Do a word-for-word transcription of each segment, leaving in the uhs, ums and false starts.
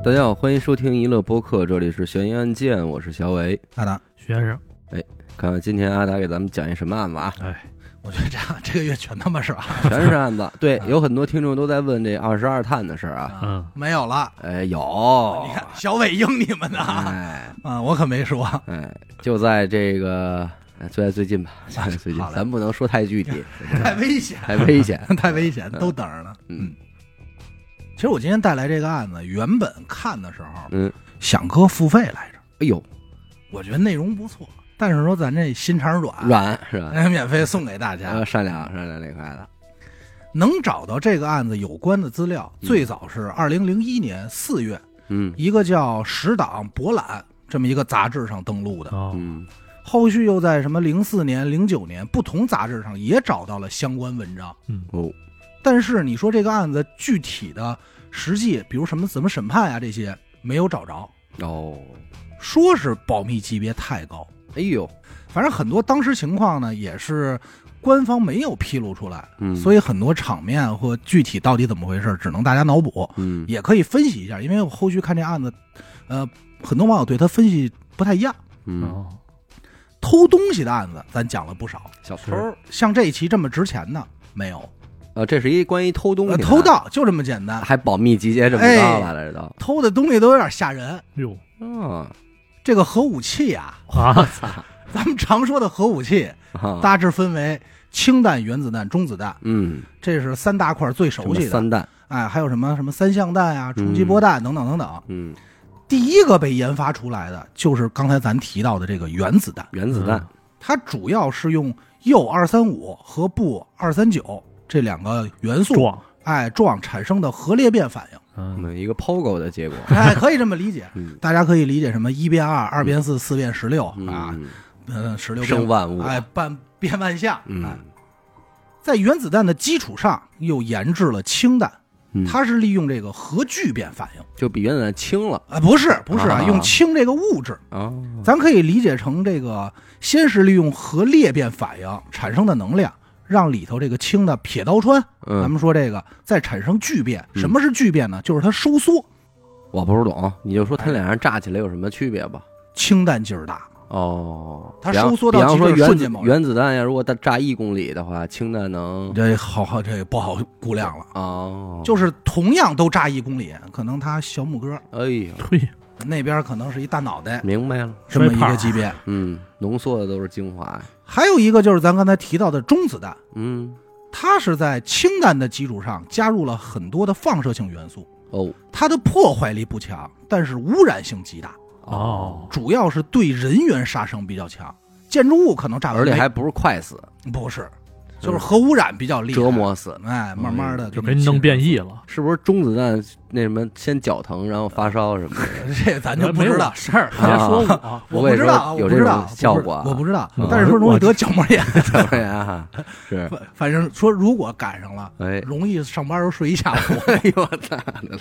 大家好，欢迎收听娱乐播客，这里是悬疑案件，我是小伟。 阿达徐先生， 哎，看看今天阿达给咱们讲一什么案子啊？ 哎， 我觉得这样这个月全他妈是啊， 全是案子。对，有很多听众都在问这二十二探的事儿啊。 嗯， 没有了。 哎，有， 你看小伟应你们的， 哎， 啊，我可没说。 哎，就在这个，就在最近吧，就在最近， 好嘞咱不能说太具体， 太危险， 太危险， 太危险，都等着呢。 嗯， 其实我今天带来这个案子，原本看的时候， 嗯， 想搁付费来着。 哎呦， 我觉得内容不错，但是说咱这心肠软， 软是吧？ 哎，免费送给大家。 呃，善良善良这块的， 能找到这个案子有关的资料，最早是二零零一年四月， 嗯一个叫《十党博览》这么一个杂志上登录的。 哦， 嗯后续又在什么零四年、零九年不同杂志上也找到了相关文章。 嗯， 哦， 但是你说这个案子具体的实际，比如什么怎么审判啊这些没有找着， 哦， 说是保密级别太高。 哎呦， 反正很多当时情况呢也是官方没有披露出来， 嗯， 所以很多场面或具体到底怎么回事只能大家脑补， 嗯， 也可以分析一下。因为我后续看这案子，呃，很多网友对他分析不太一样。 嗯， 哦， 偷东西的案子咱讲了不少， 小偷是像这一期这么值钱的没有。 啊，这是一关于偷东西呃的， 偷盗就这么简单， 还保密级别这么高了，这都偷的东西都有点吓人。 哟啊， 这个核武器啊， 啊， 操， 咱们常说的核武器啊大致分为氢弹、原子弹、中子弹， 嗯， 这是三大块最熟悉的。 三弹， 哎，还有什么什么三相弹啊、冲击波弹等等等等。 嗯， 第一个被研发出来的就是刚才咱提到的这个原子弹， 原子弹， 它主要是用铀二三五和钚二三九这两个元素撞， 哎撞产生的核裂变反应。 嗯， 嗯，一个 P O G O 的结果， 哎，可以这么理解。 嗯大家可以理解什么一变二，二变四，四变十六嗯啊，嗯，十六生万物， 哎，半变万象。 嗯哎，在原子弹的基础上又研制了氢弹， 嗯它是利用这个核聚变反应。 就比原子弹轻了啊，不是不是啊， 啊用氢这个物质， 啊， 咱可以理解成这个，先是利用核裂变反应产生的能量，让里头这个氢的撇刀川， 嗯咱们说这个再产生聚变。 嗯什么是聚变呢？就是它收缩。 我不是懂，你就说它俩人炸起来有什么区别吧？ 氢弹劲儿大， 哦， 它比方收缩到比方说极致原子瞬间爆炸原子弹呀，如果它炸一公里的话，氢弹能这好好这不好估量了。 哦， 就是同样都炸一公里，可能它小拇哥哎呦， 嘿， 那边可能是一大脑袋， 明白了， 这么一个级别。 嗯，浓缩的都是精华呀， 还有一个就是咱刚才提到的中子弹， 嗯， 它是在氢弹的基础上加入了很多的放射性元素， 哦它的破坏力不强，但是污染性极大， 哦， 主要是对人员杀伤比较强。建筑物可能炸完没， 而且还不是快死， 不是，就是核污染比较厉害， 折磨死， 哎，慢慢的就给你弄变异了， 是不是中子弹那什么先绞疼，然后发烧什么的？ 这咱就不知道。 事儿，别说我， 我我跟你说不知道， 有这种我不知道效果啊我不知道嗯。 但是说容易得角膜炎， 当然啊，是， 反反正说如果赶上了， 哎， 容易上班时候睡一下午。 哎呦我操！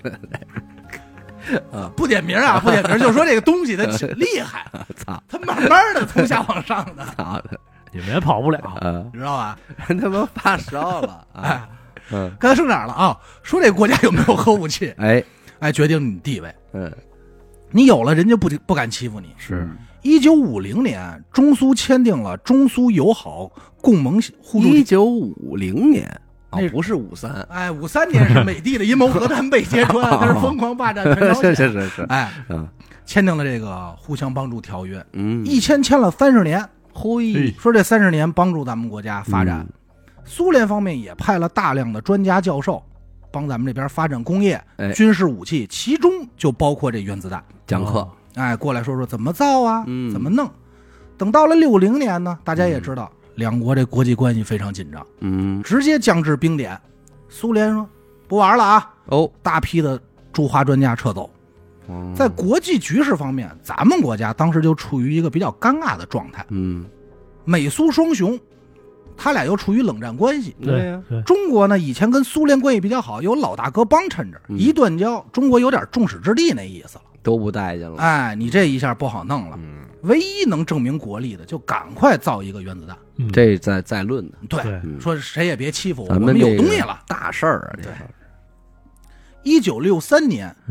啊， 不点名啊，不点名，就说这个东西它厉害， 操它慢慢的从下往上的， 操的， 你们也跑不了， 啊， 你知道吧？ 人他妈发烧了啊！ 哎， 嗯， 刚才说哪儿了啊？说这个国家有没有核武器， 哎， 哎，决定你地位。 嗯， 你有了，人家不不敢欺负你。 是一九五零年，中苏签订了中苏友好共盟互助。 一九五零年哦那， 不是五三， 哎，五三年是美帝的阴谋核弹被揭穿，他是疯狂霸占全朝是鲜。 是是是， 哎， 嗯签订了这个互相帮助条约， 嗯， 一签签了三十年， 嘿， 说这三十年帮助咱们国家发展。 嗯苏联方面也派了大量的专家教授，帮咱们这边发展工业、 哎军事武器，其中就包括这原子弹。 讲课， 哎，过来说说怎么造啊， 嗯怎么弄。等到了六零年呢，大家也知道，两国这国际关系非常紧张， 嗯， 直接降至冰点。苏联说不玩了啊， 哦， 大批的驻华专家撤走。 嗯在国际局势方面，咱们国家当时就处于一个比较尴尬的状态， 嗯， 美苏双雄，他俩又处于冷战关系。 对呀， 对， 中国呢，以前跟苏联关系比较好，有老大哥帮衬着， 嗯一断交，中国有点众矢之的那意思了。 都不待见了， 哎，你这一下不好弄了。 嗯， 唯一能证明国力的，就赶快造一个原子弹。 嗯这再再论呢， 对， 对嗯说谁也别欺负我， 咱我们有们这个东西了。 大事儿啊，这对是， 一九六三年， 嗯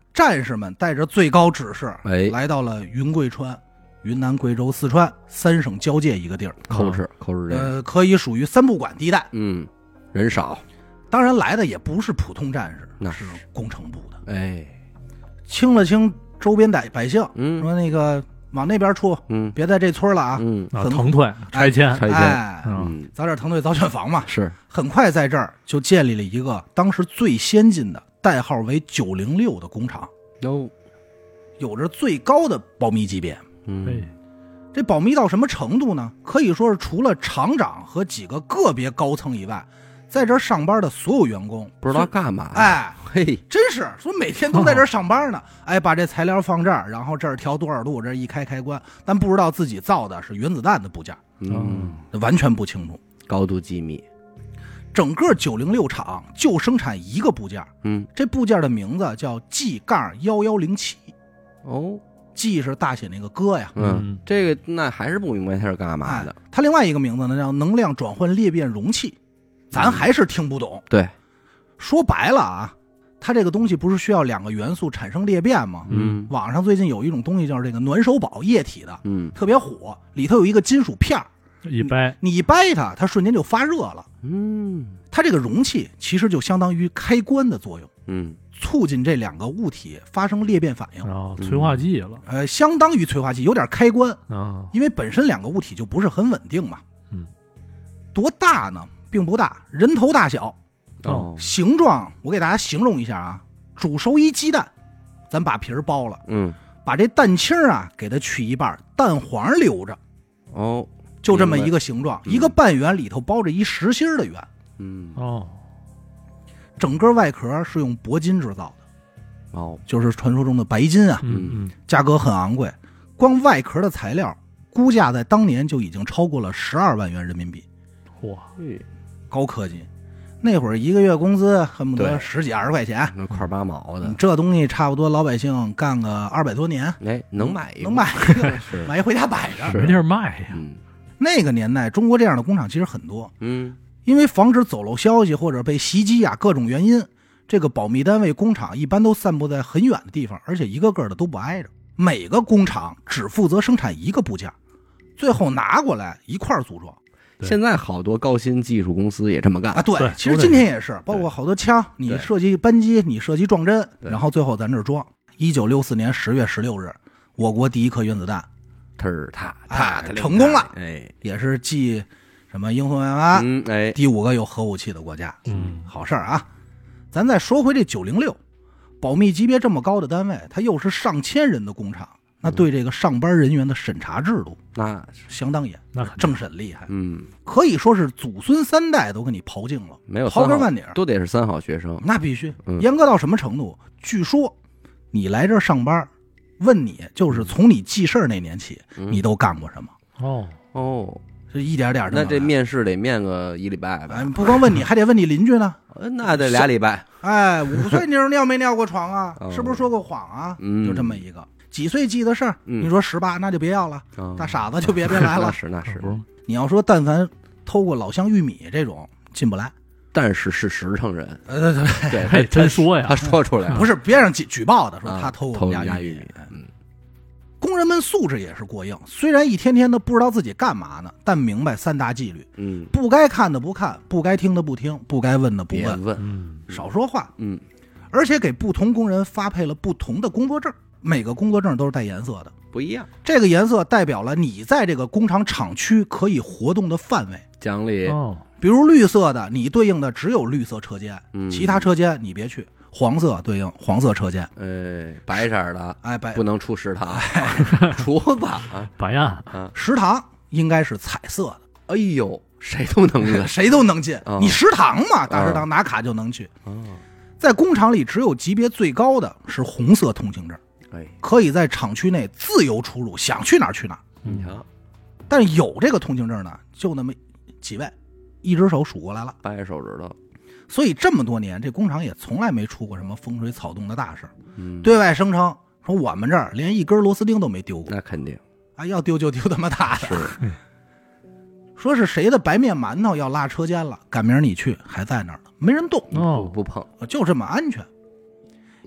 战士们带着最高指示， 哎， 来到了云贵川、云南、贵州、四川三省交界一个地儿， 抠哧抠哧这个， 呃，可以属于三不管地带。 嗯，人少， 当然来的也不是普通战士， 那是工程部的。 哎， 清了清周边百百姓， 嗯说那个往那边出， 嗯别在这村了啊， 嗯啊， 很腾退拆迁， 拆迁， 哎， 嗯嗯， 早点腾退早选房嘛。 是， 很快在这儿就建立了一个当时最先进的代号为九零六的工厂， 哟， 有着最高的保密级别。 嗯， 哎， 这保密到什么程度呢？可以说是除了厂长和几个个别高层以外，在这儿上班的所有员工不知道干嘛，， 哎， 嘿， 真是说每天都在这儿上班呢。哎，把这材料放这儿，然后这儿调多少度，这儿一开开关，但不知道自己造的是原子弹的部件， 嗯， 完全不清楚。 高度机密， 整个九零六厂就生产一个部件， 嗯， 这部件的名字叫 G 杠幺幺零七。 哦， G 是大写那个哥呀， 嗯，这个那还是不明白他是干嘛的， 哎它另外一个名字呢叫能量转换裂变容器，咱还是听不懂。 对， 说白了啊，它这个东西不是需要两个元素产生裂变吗？ 嗯网上最近有一种东西叫这个暖手宝，液体的， 嗯特别火，里头有一个金属片儿， 一掰， 你一掰它，它瞬间就发热了。 嗯它这个容器其实就相当于开关的作用， 嗯， 促进这两个物体发生裂变反应。 然后催化剂了呃，相当于催化剂，有点开关， 啊， 因为本身两个物体就不是很稳定嘛。 嗯， 多大呢？并不大，人头大小， 哦， 形状我给大家形容一下啊，煮熟一鸡蛋，咱把皮儿剥了， 嗯， 把这蛋清啊给它去一半，蛋黄留着， 哦， 就这么一个形状， 嗯一个半圆里头包着一实心的圆， 嗯， 哦， 整个外壳是用铂金制造的， 哦， 就是传说中的白金啊， 嗯嗯， 价格很昂贵，光外壳的材料估价在当年就已经超过了十二万元人民币， 嚯， 高科技。那会儿一个月工资恨不得对十几二十块钱， 那块八毛的， 这东西差不多老百姓干个二百多年， 哎，能买一个， 能买一个， 是， 买一回家摆着。 没地儿卖呀， 嗯那个年代，中国这样的工厂其实很多， 嗯因为防止走漏消息或者被袭击啊，各种原因，这个保密单位工厂一般都散布在很远的地方，而且一个个的都不挨着。每个工厂只负责生产一个部件，最后拿过来一块儿组装对现在好多高新技术公司也这么干啊。对， 对其实今天也是，包括好多枪，你对设计扳机，你设计撞针， 对然后最后咱这儿装。一九六四年十月十六日，我国第一颗原子弹忒儿踏哎踏成功了哎， 也是继什么英雄万万嗯哎， 第五个有核武器的国家。 嗯， 好事儿啊！咱再说回这九零六，保密级别这么高的单位，它又是上千人的工厂，那对这个上班人员的审查制度那相当严， 那肯定政审厉害， 嗯可以说是祖孙三代都给你刨净了， 没有三好刨根问底儿。 都得是三好学生， 那必须嗯严格到什么程度？据说你来这儿上班，问你就是从你记事儿那年起， 嗯你都干过什么？ 哦， 哦， 是一点点儿那这么来面试得面个一礼拜吧哎，？不光问你，还得问你邻居呢。 呃那得俩礼拜， 哎，五岁你说尿没尿过床啊？ 哦是不是说过谎啊？ 嗯就这么一个几岁记的事儿。 嗯你说十八，那就别要了， 哦大傻子就别别来那了。 是那是不，是你要说但凡偷过老乡玉米这种，进不来。 但是是实诚人， 呃，对对对， 还真说呀他，说出来了， 不是别人举举报的，说啊他偷过偷我们家玉家玉米，嗯工人们素质也是过硬，虽然一天天的不知道自己干嘛呢，但明白三大纪律： 嗯， 不该看的不看，不该听的不听，不该问的不问， 别问， 嗯， 少说话。 嗯而且给不同工人发配了不同的工作证，每个工作证都是带颜色的。 不一样， 这个颜色代表了你在这个工厂厂区可以活动的范围。 奖励， 哦， 比如绿色的，你对应的只有绿色车间， 嗯其他车间你别去。黄色对应黄色车间， 呃，白色儿的哎，白不能出食堂，厨子啊， 白案， 食堂应该是彩色的， 哎呦，谁都能的， 谁都能进。 哦你食堂嘛，大食堂拿卡就能去。 哦， 在工厂里，只有级别最高的是红色通行证， 哎， 可以在厂区内自由出入，想去哪儿去哪儿。 你瞧， 但是有这个通行证呢，就那么几位，一只手数过来了。 掰手指头， 所以这么多年，这工厂也从来没出过什么风吹草动的大事。 嗯， 对外声称说我们这儿连一根螺丝钉都没丢过， 那肯定啊，要丢就丢他妈大的。 是， 说是谁的白面馒头要拉车间了，赶明儿你去还在那儿呢，没人动， 哦不不碰， 就这么安全。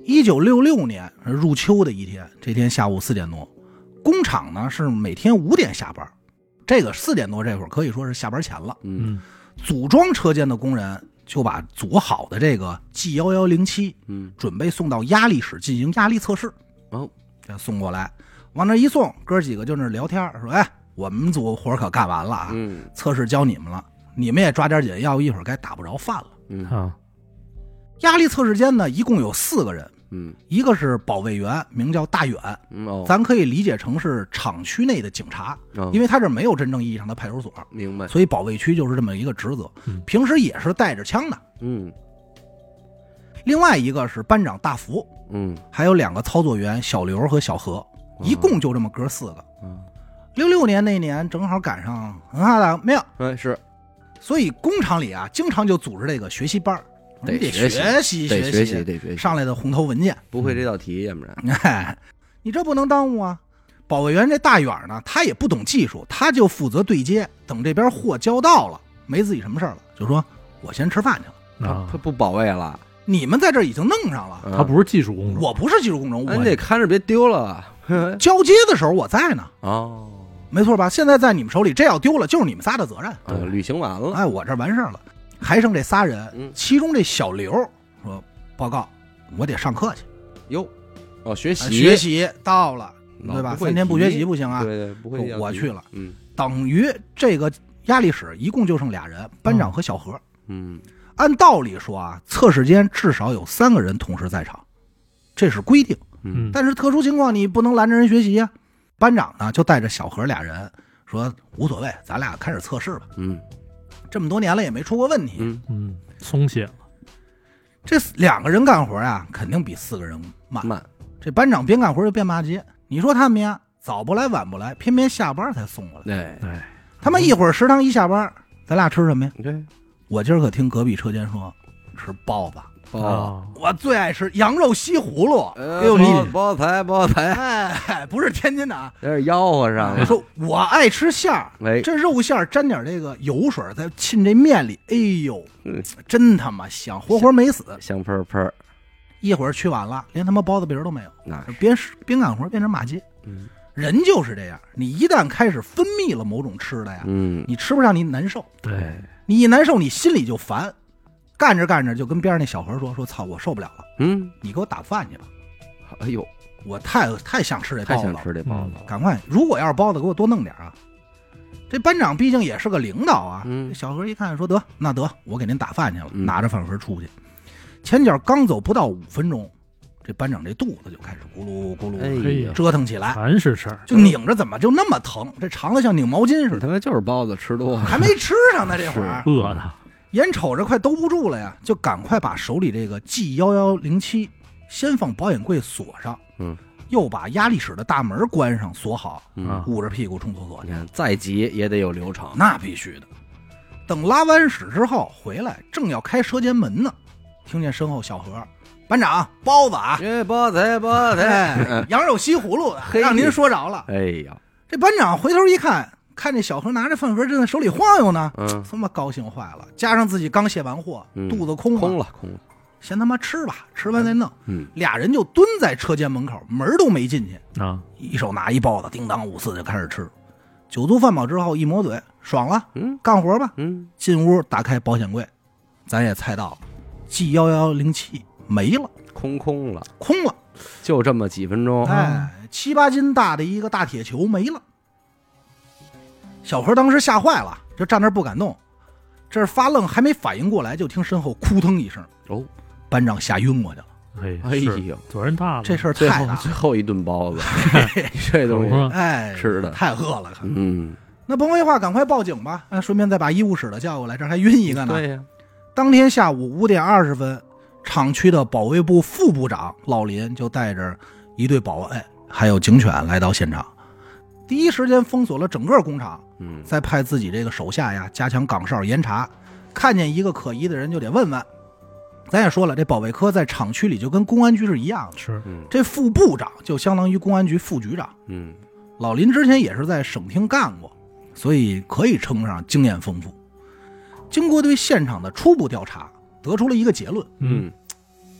一九六六年入秋的一天，这天下午四点多，工厂呢是每天五点下班，这个四点多这会儿可以说是下班前了。 嗯组装车间的工人就把组好的这个 G 一一零七， 嗯， 准备送到压力室进行压力测试。 哦， 这送过来，往那一送，哥几个就那聊天说：“哎，我们组活可干完了啊， 嗯测试交你们了，你们也抓点紧，要不一会儿该打不着饭了。” 嗯啊， 压力测试间呢，一共有四个人， 嗯一个是保卫员，名叫大远， 嗯哦， 咱可以理解成是厂区内的警察， 哦因为他这没有真正意义上的派出所， 明白， 所以保卫区就是这么一个职责嗯， 平时也是带着枪的。 嗯另外一个是班长大福， 嗯还有两个操作员小刘和小何，一共就这么哥四个。 嗯， 六六年那年正好赶上文化大革命， 哎是所以工厂里啊经常就组织这个学习班， 得你得学学习得学习习得学习， 上来的红头文件， 不会这道题，要不然哎，你这不能耽误啊。保卫员这大远呢，他也不懂技术，他就负责对接，等这边货交到了，没自己什么事了，就说我先吃饭去了， 啊他，不保卫了， 你们在这儿已经弄上了， 嗯他不是技术工种， 我不是技术工种， 哎你得我看着别丢了交接的时候我在呢， 哦， 没错吧？现在在你们手里，这要丢了就是你们仨的责任。 呃旅行完了， 哎，我这完事儿了，还剩这仨人， 嗯其中这小刘说：“报告，我得上课去， 哟，哦学哎习学习到了，对吧？ 老不会三天不题学习不行啊。 对对，不会这道题我去了， 嗯等于这个压力室一共就剩俩人，班长和小何。 嗯按道理说啊，测试间至少有三个人同时在场，这是规定。 嗯但是特殊情况你不能拦着人学习呀、班长呢就带着小何俩人说无所谓，咱俩开始测试吧。 嗯这么多年了也没出过问题。 嗯嗯，松懈了， 这两个人干活啊，肯定比四个人慢。 慢， 这班长边干活就边骂街，你说他们呀，早不来晚不来，偏偏下班才送过来。 哎， 哎， 他们一会儿食堂一下班，咱俩吃什么呀？ 对， 我今儿可听隔壁车间说吃包子， 包啊， 我最爱吃羊肉西葫芦。 呃哎呦你， 包财包财， 哎，不是天津的啊。 有点吆喝上了， 我说我爱吃馅儿， 哎， 这肉馅儿沾点这个油水，再浸这面里，哎呦， 嗯真他妈香，活活没死。 香喷喷， 一会儿去晚了，连他妈包子皮儿都没有， 那是， 边边干活边着骂街。 嗯人就是这样，你一旦开始分泌了某种吃的呀， 嗯， 你吃不上你难受， 对， 你一难受你心里就烦，干着干着就跟边上那小何说说操，我受不了了， 嗯， 你给我打饭去吧， 哎呦， 我太太想吃这太想包子了， 吃这包子了， 赶快，如果要是包子给我多弄点啊。这班长毕竟也是个领导啊， 嗯这小何一看说得那得，我给您打饭去了， 嗯拿着饭盒出去，前脚刚走不到五分钟，这班长这肚子就开始咕噜咕哎噜呀， 折腾起来， 全是事儿， 就拧着怎么就那么疼，这肠子像拧毛巾似的， 他妈就是包子吃多了， 还没吃上呢，这会儿饿的， 眼瞅着快兜不住了呀，就赶快把手里这个 G 一一零七先放保险柜锁上， 嗯， 又把压力室的大门关上锁好， 嗯啊， 捂着屁股冲厕所去。 你看再急也得有流程， 那必须的。等拉完屎之后回来，正要开车间门呢，听见身后小何班长包子啊， 哎，包子包子， 哎，羊肉西葫芦的， 嘿让您说着了。 哎呀， 这班长回头一看，看这小何拿着饭盒正在手里晃悠呢， 嗯， 他妈高兴坏了，加上自己刚卸完货， 嗯肚子空了， 空了空了， 先他妈吃吧，吃完再弄。 嗯， 俩人就蹲在车间门口，门都没进去， 啊， 一手拿一包子，叮当五四就开始吃。酒足饭饱之后，一抹嘴，爽了， 嗯干活吧。 嗯， 进屋打开保险柜，咱也猜到了 G 一一零七没了， 空空了， 空了。 就这么几分钟， 哎，七八斤大的一个大铁球没了。小何当时吓坏了，就站那儿不敢动。这是发愣，还没反应过来，就听身后扑腾一声， 哦， 班长吓晕过去了。 哎哎是呦， 责任大了， 这事儿最后太大了， 最后一顿包子，这东西， 可不哎， 吃的太饿了。看嗯， 那甭废话，赶快报警吧！啊，顺便再把医务室的叫过来，这还晕一个呢。 对呀， 当天下午五点二十分，厂区的保卫部副部长老林就带着一队保卫还有警犬来到现场，第一时间封锁了整个工厂， 嗯， 再派自己这个手下呀加强岗哨严查，看见一个可疑的人就得问问。咱也说了，这保卫科在厂区里就跟公安局是一样的， 是， 嗯这副部长就相当于公安局副局长。 嗯老林之前也是在省厅干过，所以可以称上经验丰富。经过对现场的初步调查，得出了一个结论： 嗯，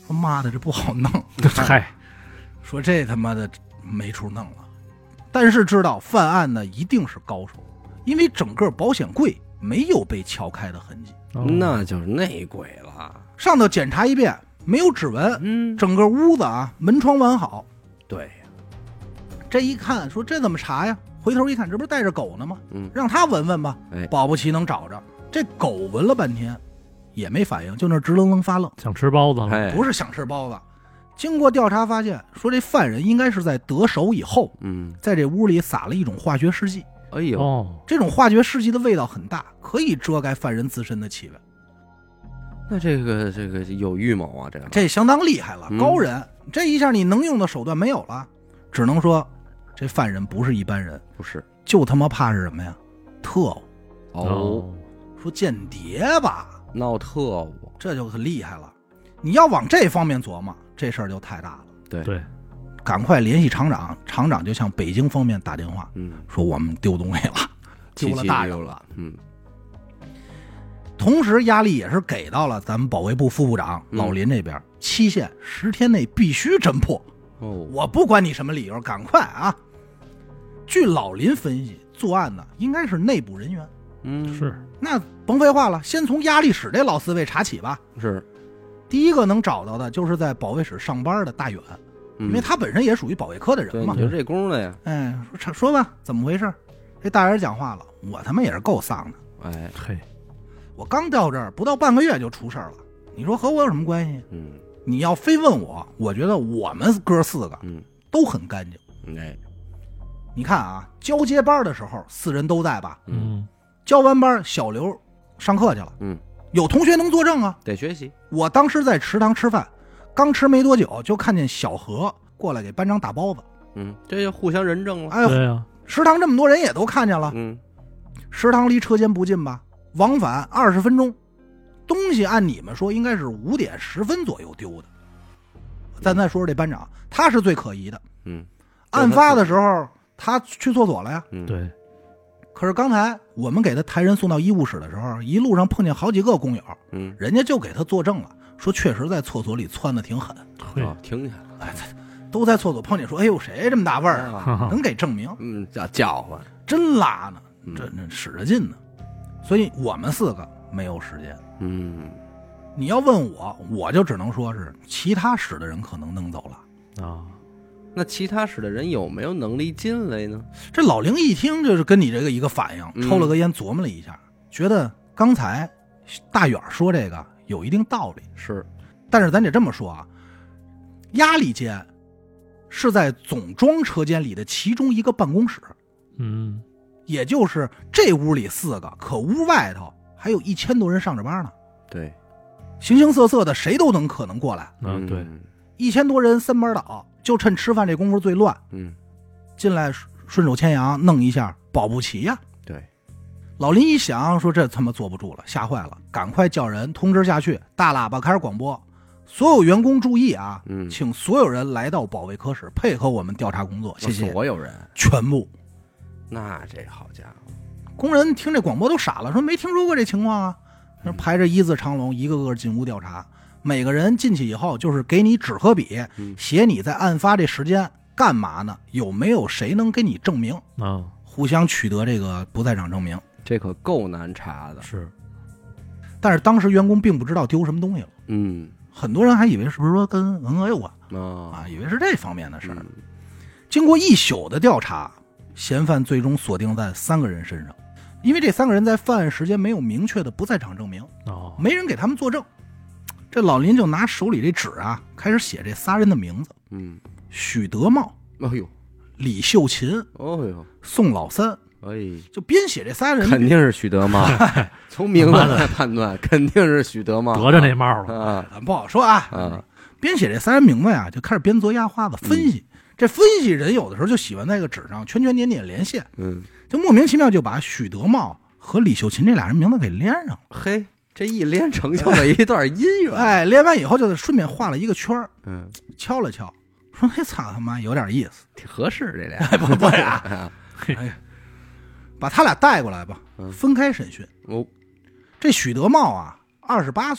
说妈的这不好弄， 嗨， 说这他妈的没处弄了。但是知道犯案的一定是高手，因为整个保险柜没有被撬开的痕迹， 哦那就是内鬼了。 上头检查一遍没有指纹， 嗯， 整个屋子啊门窗完好。 对， 这一看说这怎么查呀？回头一看，这不是带着狗呢吗？ 嗯， 让他闻闻吧。 哎， 保不齐能找着。这狗闻了半天也没反应，就那直愣愣发愣， 想吃包子了， 哎， 不是想吃包子。经过调查发现，说这犯人应该是在得手以后， 嗯， 在这屋里撒了一种化学试剂。 哎呦， 哦， 这种化学试剂的味道很大，可以遮盖犯人自身的气味。 那这个这个有预谋啊，这个这相当厉害了， 嗯高人。这一下你能用的手段没有了，只能说这犯人不是一般人， 不是就他妈怕是什么呀？特务。 哦， 说间谍吧， 闹特务， 这就很厉害了。你要往这方面琢磨，这事儿就太大了。 对对， 赶快联系厂长，厂长就向北京方面打电话， 嗯， 说我们丢东西了，丢了大人了。 嗯， 同时压力也是给到了咱们保卫部副部长嗯老林这边，期限十天内必须侦破。 哦， 我不管你什么理由，赶快啊！据老林分析，作案的应该是内部人员。 嗯， 是， 那甭废话了，先从压力室这老四位查起吧。 是， 第一个能找到的就是在保卫室上班的大远， 因因为他本身也属于保卫科的人对， 嘛你。就这功的呀， 哎，说说吧，怎么回事？这大人讲话了，我他妈也是够丧的。 哎， 嘿， 我刚到这儿不到半个月就出事儿了，你说和我有什么关系？ 嗯你要非问我，我觉得我们哥四个嗯， 都很干净。 哎， 你看啊，交接班的时候四人都在吧？ 嗯， 交完班，小刘上课去了。 嗯， 有同学能作证啊。 得学习， 我当时在食堂吃饭，刚吃没多久，就看见小何过来给班长打包子。 嗯，这就互相认证了， 哎， 对呀， 食堂这么多人也都看见了。 嗯， 食堂离车间不近吧？往返二十分钟，东西按你们说应该是五点十分左右丢的。咱再说说这班长，他是最可疑的。 嗯， 案发的时候他去厕所了呀。 嗯， 对， 可是刚才我们给他抬人送到医务室的时候，一路上碰见好几个工友， 嗯， 人家就给他作证了，说确实在厕所里窜的挺狠。 嘿， 哦，听见了， 哎，都在厕所碰见，说哎呦谁这么大味儿啊？ 啊， 哈哈能给证明？ 嗯，叫叫唤， 真拉呢， 嗯这这使着劲呢。所以我们四个没有时间。 嗯， 你要问我，我就只能说是其他室的人可能弄走了。 啊， 那其他室的人有没有能力进来呢？ 这老林一听就是跟你这个一个反应， 嗯抽了个烟琢磨了一下，觉得刚才大远说这个有一定道理。 是， 但是咱得这么说啊，压力间是在总装车间里的其中一个办公室， 嗯， 也就是这屋里四个，可屋外头还有一千多人上着班呢， 对， 形形色色的，谁都能可能过来。 嗯，对， 一千多人三班倒，就趁吃饭这功夫最乱， 嗯， 进来顺手牵羊弄一下，保不齐呀。 对， 老林一想说这他妈坐不住了，吓坏了，赶快叫人通知下去，大喇叭开始广播，所有员工注意啊， 嗯， 请所有人来到保卫科室配合我们调查工作，谢谢。 所有人， 全部那这好家伙， 工人听这广播都傻了，说没听说过这情况啊， 嗯排着一字长龙，一个个进屋调查。每个人进去以后，就是给你纸和笔， 嗯写你在案发这时间干嘛呢？有没有谁能给你证明？ 啊， 互相取得这个不在场证明。 这可够难查的， 是， 但是当时员工并不知道丢什么东西了， 嗯， 很多人还以为是不是说跟文革有关啊啊，以为是这方面的事儿。 嗯经过一宿的调查，嫌犯最终锁定在三个人身上，因为这三个人在犯案时间没有明确的不在场证明， 哦， 没人给他们作证。这老林就拿手里这纸啊，开始写这仨人的名字： 嗯， 许德茂、 哎呦， 李秀琴、 哦呦， 宋老三， 哎， 就编写这仨人。 肯定是许德茂，从名字来判断，肯定是许德茂， 得着那帽了， 啊咱不好说啊。 啊， 编写这仨人名字呀，就开始编作压花子分析。这分析人有的时候就喜欢在个纸上圈圈点点连线， 嗯， 就莫名其妙就把许德茂和李秀琴这俩人名字给连上了。 嘿，这一连成就了一段姻缘， 哎，连完以后就顺便画了一个圈儿， 嗯， 敲了敲，说：“哎操他妈，有点意思。 挺合适这俩， 哎，不不呀， 啊哎，把他俩带过来吧， 嗯分开审讯。 哦， 这许德茂啊，二十八岁，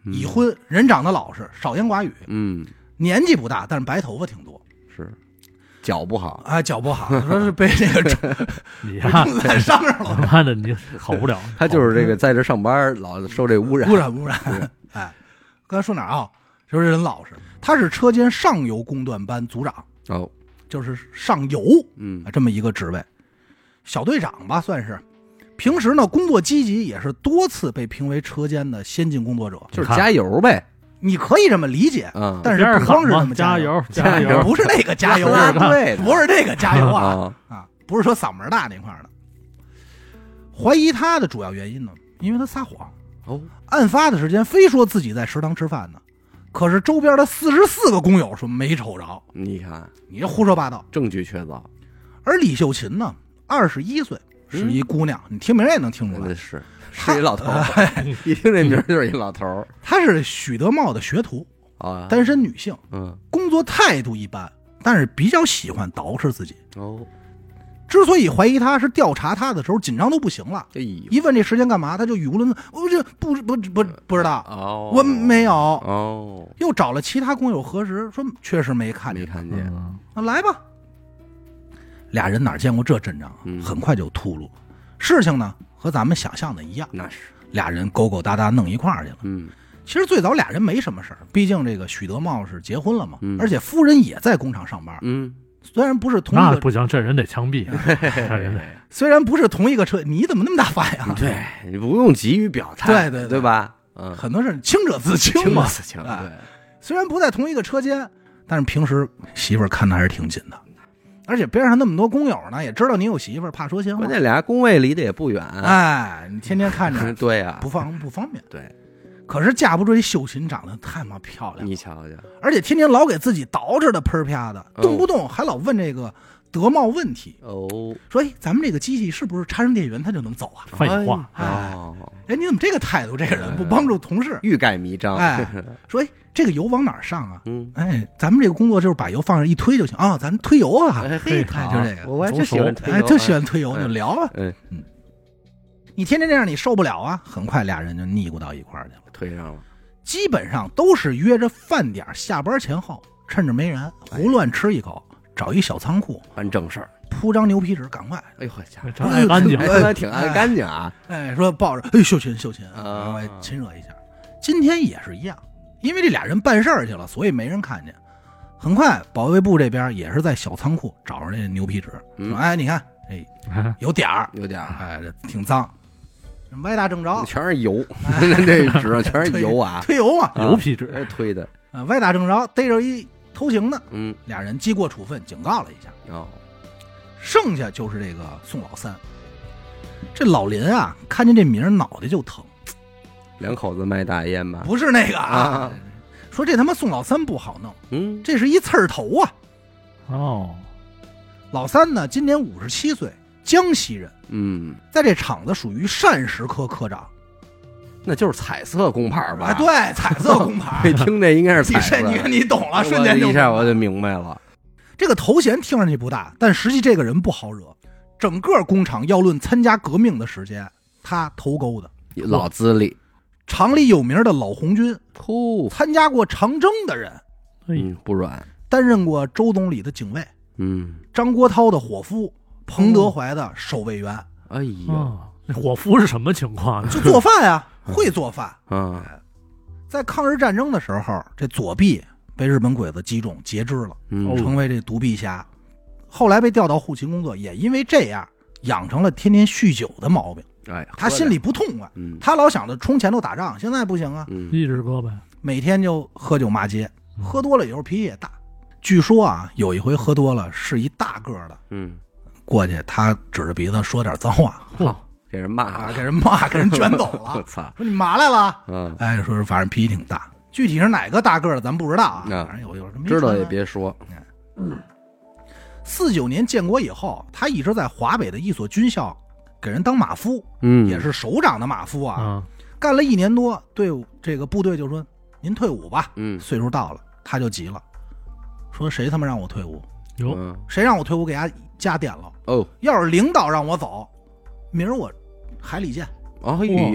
已婚，人长得老实，少言寡语， 嗯， 年纪不大，但是白头发挺多， 是脚不好啊，脚不好，说是被这个你呀， 在上面了， 妈的，你好不了。 他就是这个在这上班老受这污染， 污染污染。哎，刚才说哪儿啊？就是人老实，他是车间上游工段班组长， 哦， 就是上游， 嗯， 这么一个职位，小队长吧算是。平时呢，工作积极，也是多次被评为车间的先进工作者， 就是加油呗。 你可以这么理解， 嗯， 但是不光是这么加油， 加油， 不是那个加油啊，对， 不是这个加油啊啊啊，不是说嗓门大那块的。怀疑他的主要原因呢，因为他撒谎。 哦， 案发的时间非说自己在食堂吃饭呢，可是周边的四十四个工友说没瞅着。 你看， 你这胡说八道， 证据确凿。 而李秀琴呢，二十一岁，是一姑娘，嗯、你听名也能听出来， 是是一老头儿，一听这名就是一老头儿。 她是许德茂的学徒啊， 单身女性， 嗯， 工作态度一般，但是比较喜欢捯饬自己。 哦， 之所以怀疑他，是调查他的时候紧张都不行了， 哎， 一问这时间干嘛，他就语无伦次，我这不不不不知道， 哦， 我没有， 哦， 又找了其他工友核实，说确实没看见， 没看见， 嗯、 那来吧。俩人哪见过这阵仗啊？ 嗯、 很快就秃噜。事情呢和咱们想象的一样， 那是俩人勾勾搭搭弄一块儿去了。 嗯， 其实最早俩人没什么事儿，毕竟这个许德茂是结婚了嘛， 嗯、 而且夫人也在工厂上班。 嗯， 虽然不是同一个， 那不行，这人得枪毙，这人得。 虽然不是同一个车，你怎么那么大反应？ 对，你不用急于表态， 对对对， 对吧？嗯， 很多事清者自清嘛， 自清。对， 虽然不在同一个车间，但是平时媳妇儿看的还是挺紧的。而且边上那么多工友呢，也知道你有媳妇儿，怕说闲话。 关键俩工位离得也不远， 哎，你天天看着， 对呀、啊， 不方不方便。 对， 可是架不住这秀琴长得太妈漂亮， 你瞧瞧， 而且天天老给自己捯饬的喷啪的，动不动还老问这个德茂问题。 哦， 说哎，咱们这个机器是不是插上电源它就能走啊？ 废话， 哎， 哦， 哎，你怎么这个态度？这个人不帮助同事， 欲盖弥彰。 哎，说哎。这个油往哪儿上啊？ 嗯， 哎，咱们这个工作就是把油放上一推就行啊，咱推油啊， 哎嘿，就这个， 我就喜欢推油， 哎，就喜欢推油，就聊啊， 嗯嗯，你天天这样你受不了啊，很快俩人就腻咕到一块儿去了， 推上了， 基本上都是约着饭点下班前后，趁着没人胡乱吃一口，找一小仓库办正事儿， 铺张牛皮纸，赶快， 哎呦呵家， 真爱干净， 哎，挺爱干净啊， 哎，说抱着，哎，秀琴秀琴， 啊， 赶快亲热一下，今天也是一样。因为这俩人办事儿去了，所以没人看见。很快，保卫部这边也是在小仓库找着这牛皮纸， 嗯、 说：“哎，你看，哎，有点儿， 有点儿， 哎，这挺脏，歪打正着， 全是油，这纸上全是油啊， 推油嘛， 牛皮纸， 哎，推的， 啊，歪打正着，逮着一偷情的， 嗯， 俩人记过处分，警告了一下。 哦， 剩下就是这个宋老三，这老林啊，看见这名脑袋就疼。” 两口子卖大烟吧？ 不是那个啊， 啊说这他妈宋老三不好弄， 嗯， 这是一刺儿头啊。 哦， 老三呢，今年五十七岁，江西人， 嗯， 在这厂子属于膳食科科长， 那就是彩色工牌吧？ 哎，对，彩色工牌。 一听这应该是彩色， 你看你懂了，瞬间就一下我就明白了。 这个头衔听上去不大，但实际这个人不好惹。整个工厂要论参加革命的时间，他头钩的， 老资历。 厂里有名的老红军， 呼， 参加过长征的人， 嗯，不软， 担任过周总理的警卫， 嗯， 张国焘的伙夫，彭德怀的守卫员。 哎呦， 那伙夫是什么情况？ 就做饭呀，会做饭。 啊， 在抗日战争的时候，这左臂被日本鬼子击中，截肢了， 嗯， 成为这独臂侠。后来被调到后勤工作，也因为这样养成了天天酗酒的毛病。 哎， 他心里不痛快， 嗯， 他老想着冲前头打仗，现在不行啊， 嗯， 一直搁呗， 每天就喝酒骂街，喝多了有时候脾气也大。据说啊，有一回喝多了，是一大个的， 嗯， 过去他指着鼻子说点脏话， 好，给人骂啊，给人骂，给人卷走了。 我操， 说你嘛来了？ 嗯， 哎，说是反正脾气挺大，具体是哪个大个的咱不知道啊， 反正有有什么知道也别说。 嗯，四九年建国以后，他一直在华北的一所军校给人当马夫， 嗯， 也是首长的马夫啊， 嗯， 干了一年多，队伍这个部队就说您退伍吧， 嗯， 岁数到了，他就急了，说谁他妈让我退伍？ 有谁让我退伍给他加点了？ 哦， 要是领导让我走，明儿我海里见。 哎呦，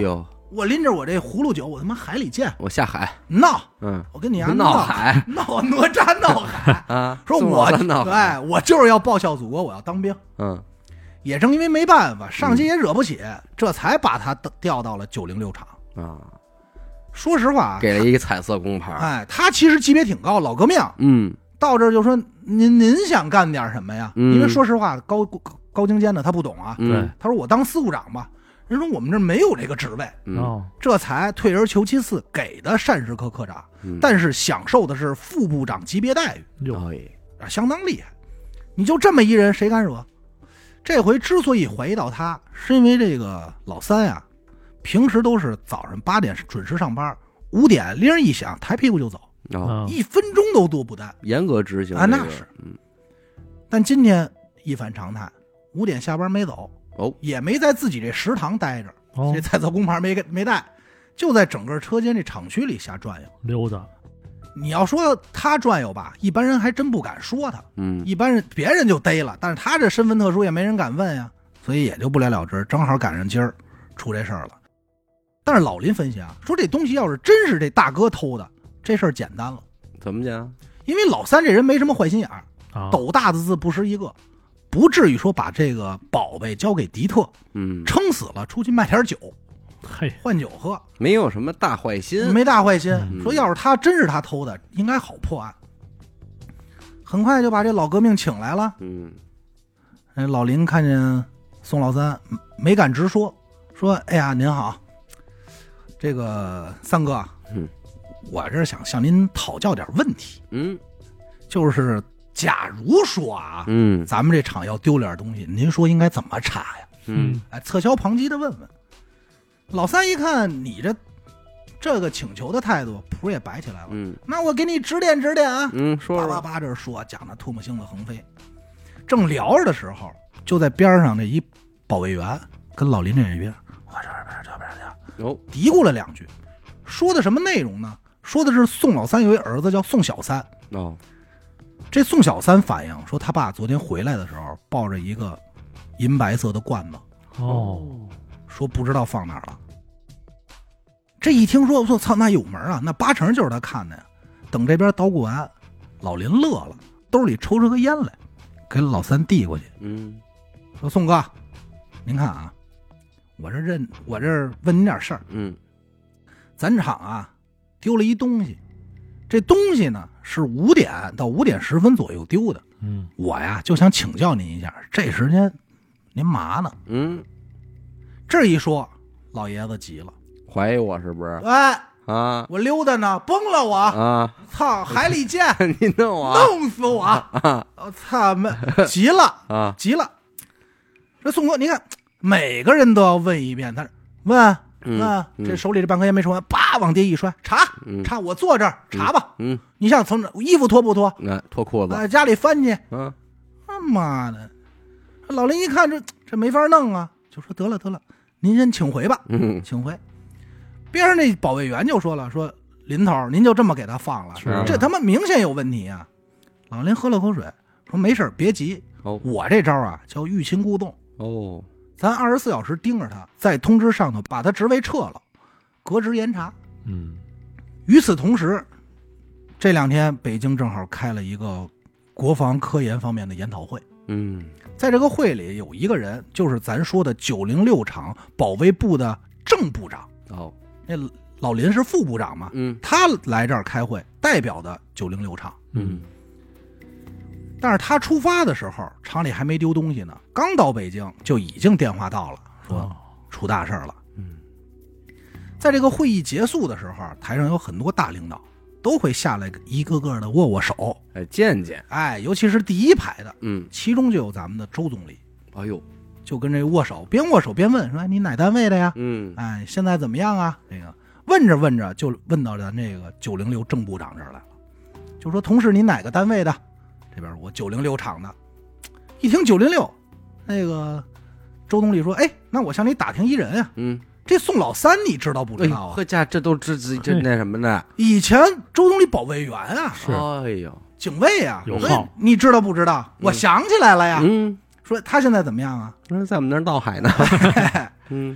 我拎着我这葫芦酒，我他妈海里见， 我下海， 闹， 嗯， 我跟你丫闹海， 闹哪吒闹海啊！ 说我哎，我就是要报效祖国，我要当兵。 嗯， 也正因为没办法，上级也惹不起，嗯、这才把他调到了九零六厂啊。 说实话， 给了一个彩色工牌。 哎，他其实级别挺高，老革命。 嗯， 到这儿就说您您想干点什么呀？ 嗯、 因为说实话，高高精尖的他不懂啊。 对， 他说我当司务长吧。人说我们这没有这个职位， 嗯， 这才退而求其次给的膳食科科长， 嗯、 但是享受的是副部长级别待遇， 哎， 相当厉害。你就这么一人，谁敢惹？这回之所以怀疑到他，是因为这个老三呀、啊，平时都是早上八点准时上班，五点铃一响，抬屁股就走， 哦， 一分钟都多不耽， 严格执行、这啊， 个、 那是。嗯，但今天一反常态，五点下班没走。 哦， 也没在自己这食堂待着， 哦、 这彩色工牌没没带，就在整个车间这厂区里瞎转悠溜达。 你要说他转悠吧，一般人还真不敢说他， 嗯， 一般人别人就逮了，但是他这身份特殊，也没人敢问呀，所以也就不了了之。正好赶上今儿出这事儿了。但是老林分析啊，说这东西要是真是这大哥偷的，这事儿简单了。 怎么讲？ 因为老三这人没什么坏心眼儿， 啊、 斗大的字不识一个。不至于说把这个宝贝交给迪特， 嗯， 撑死了出去卖点酒， 嘿， 换酒喝， 没有什么大坏心， 没大坏心。 嗯、 说要是他真是他偷的，应该好破案。很快就把这老革命请来了。 嗯， 哎，老林看见宋老三，没敢直说，说：“哎呀，您好，这个三哥， 嗯， 我这想向您讨教点问题。 嗯， 就是假如说啊， 嗯， 咱们这厂要丢点东西，您说应该怎么查呀？ 嗯， 哎，侧销旁击的问问。老三一看你这这个请求的态度，谱也摆起来了。 嗯， 那我给你指点指点啊。 嗯，说叭叭叭这说讲的唾沫星子横飞。正聊着的时候，就在边上这一保卫员跟老林这边，我这边这边去， 哦， 嘀咕了两句，说的什么内容呢？说的是宋老三有一儿子叫宋小三。 哦。 这宋小三反映说，他爸昨天回来的时候抱着一个银白色的罐子， 哦， 说不知道放哪儿了。这一听说，我说操，那有门啊，那八成就是他看的呀。等这边捣鼓完，老林乐了，兜里抽出个烟来，给老三递过去， 嗯， 说宋哥，您看啊，我这认我这问您点事儿， 嗯， 咱厂啊丢了一东西。这东西呢是五点到五点十分左右丢的， 嗯， 我呀就想请教您一下，这时间您嘛呢？ 嗯， 这一说，老爷子急了， 怀疑我是不是？ 哎啊， 我溜达呢，崩了我啊！ 操，海里见， 你弄我， 弄死我！ 啊！ 我操，没急了啊， 急了！这宋哥，你看每个人都要问一遍，他问。 嗯、 啊，这手里这半颗烟没抽完，叭往地一摔，查查，我坐这儿查吧。 嗯， 你想从这衣服脱不脱？ 那、嗯、脱裤子。 啊，家里翻去。 嗯， 他妈的，老林一看这这没法弄啊，就说得了得了，您先请回吧。 嗯， 请回。边上那保卫员就说了，说林头，您就这么给他放了， 是这他妈明显有问题啊。老林喝了口水，说没事别急， 哦， 我这招啊叫欲擒故纵。 哦。 咱二十四小时盯着他，再通知上头把他职位撤了，革职严查。 嗯， 与此同时，这两天北京正好开了一个国防科研方面的研讨会。 嗯， 在这个会里有一个人，就是咱说的九零六厂保卫部的正部长。 哦， 那老林是副部长嘛？ 嗯， 他来这儿开会，代表的九零六厂。 嗯。 但是他出发的时候，厂里还没丢东西呢。刚到北京，就已经电话到了，说出大事了。 嗯， 在这个会议结束的时候，台上有很多大领导都会下来，一个个的握握手， 哎，见见， 哎，尤其是第一排的， 嗯， 其中就有咱们的周总理。 哎呦， 就跟这握手，边握手边问说：“你哪单位的呀？ 嗯， 哎，现在怎么样啊？”这个问着问着就问到咱这个九零六正部长这儿来了，就说：“同事，您哪个单位的？”这边我九零六厂的。一听九零六，那个周总理说：“哎，那我向你打听一人啊， 嗯， 这宋老三你知道不知道啊？” 呵家这都知知这那什么的， 以前周总理保卫员啊， 是， 哎呦， 警卫啊， 有号， 你知道不知道？我想起来了呀， 嗯， 说他现在怎么样啊？ 说在我们那儿闹海呢，嗯，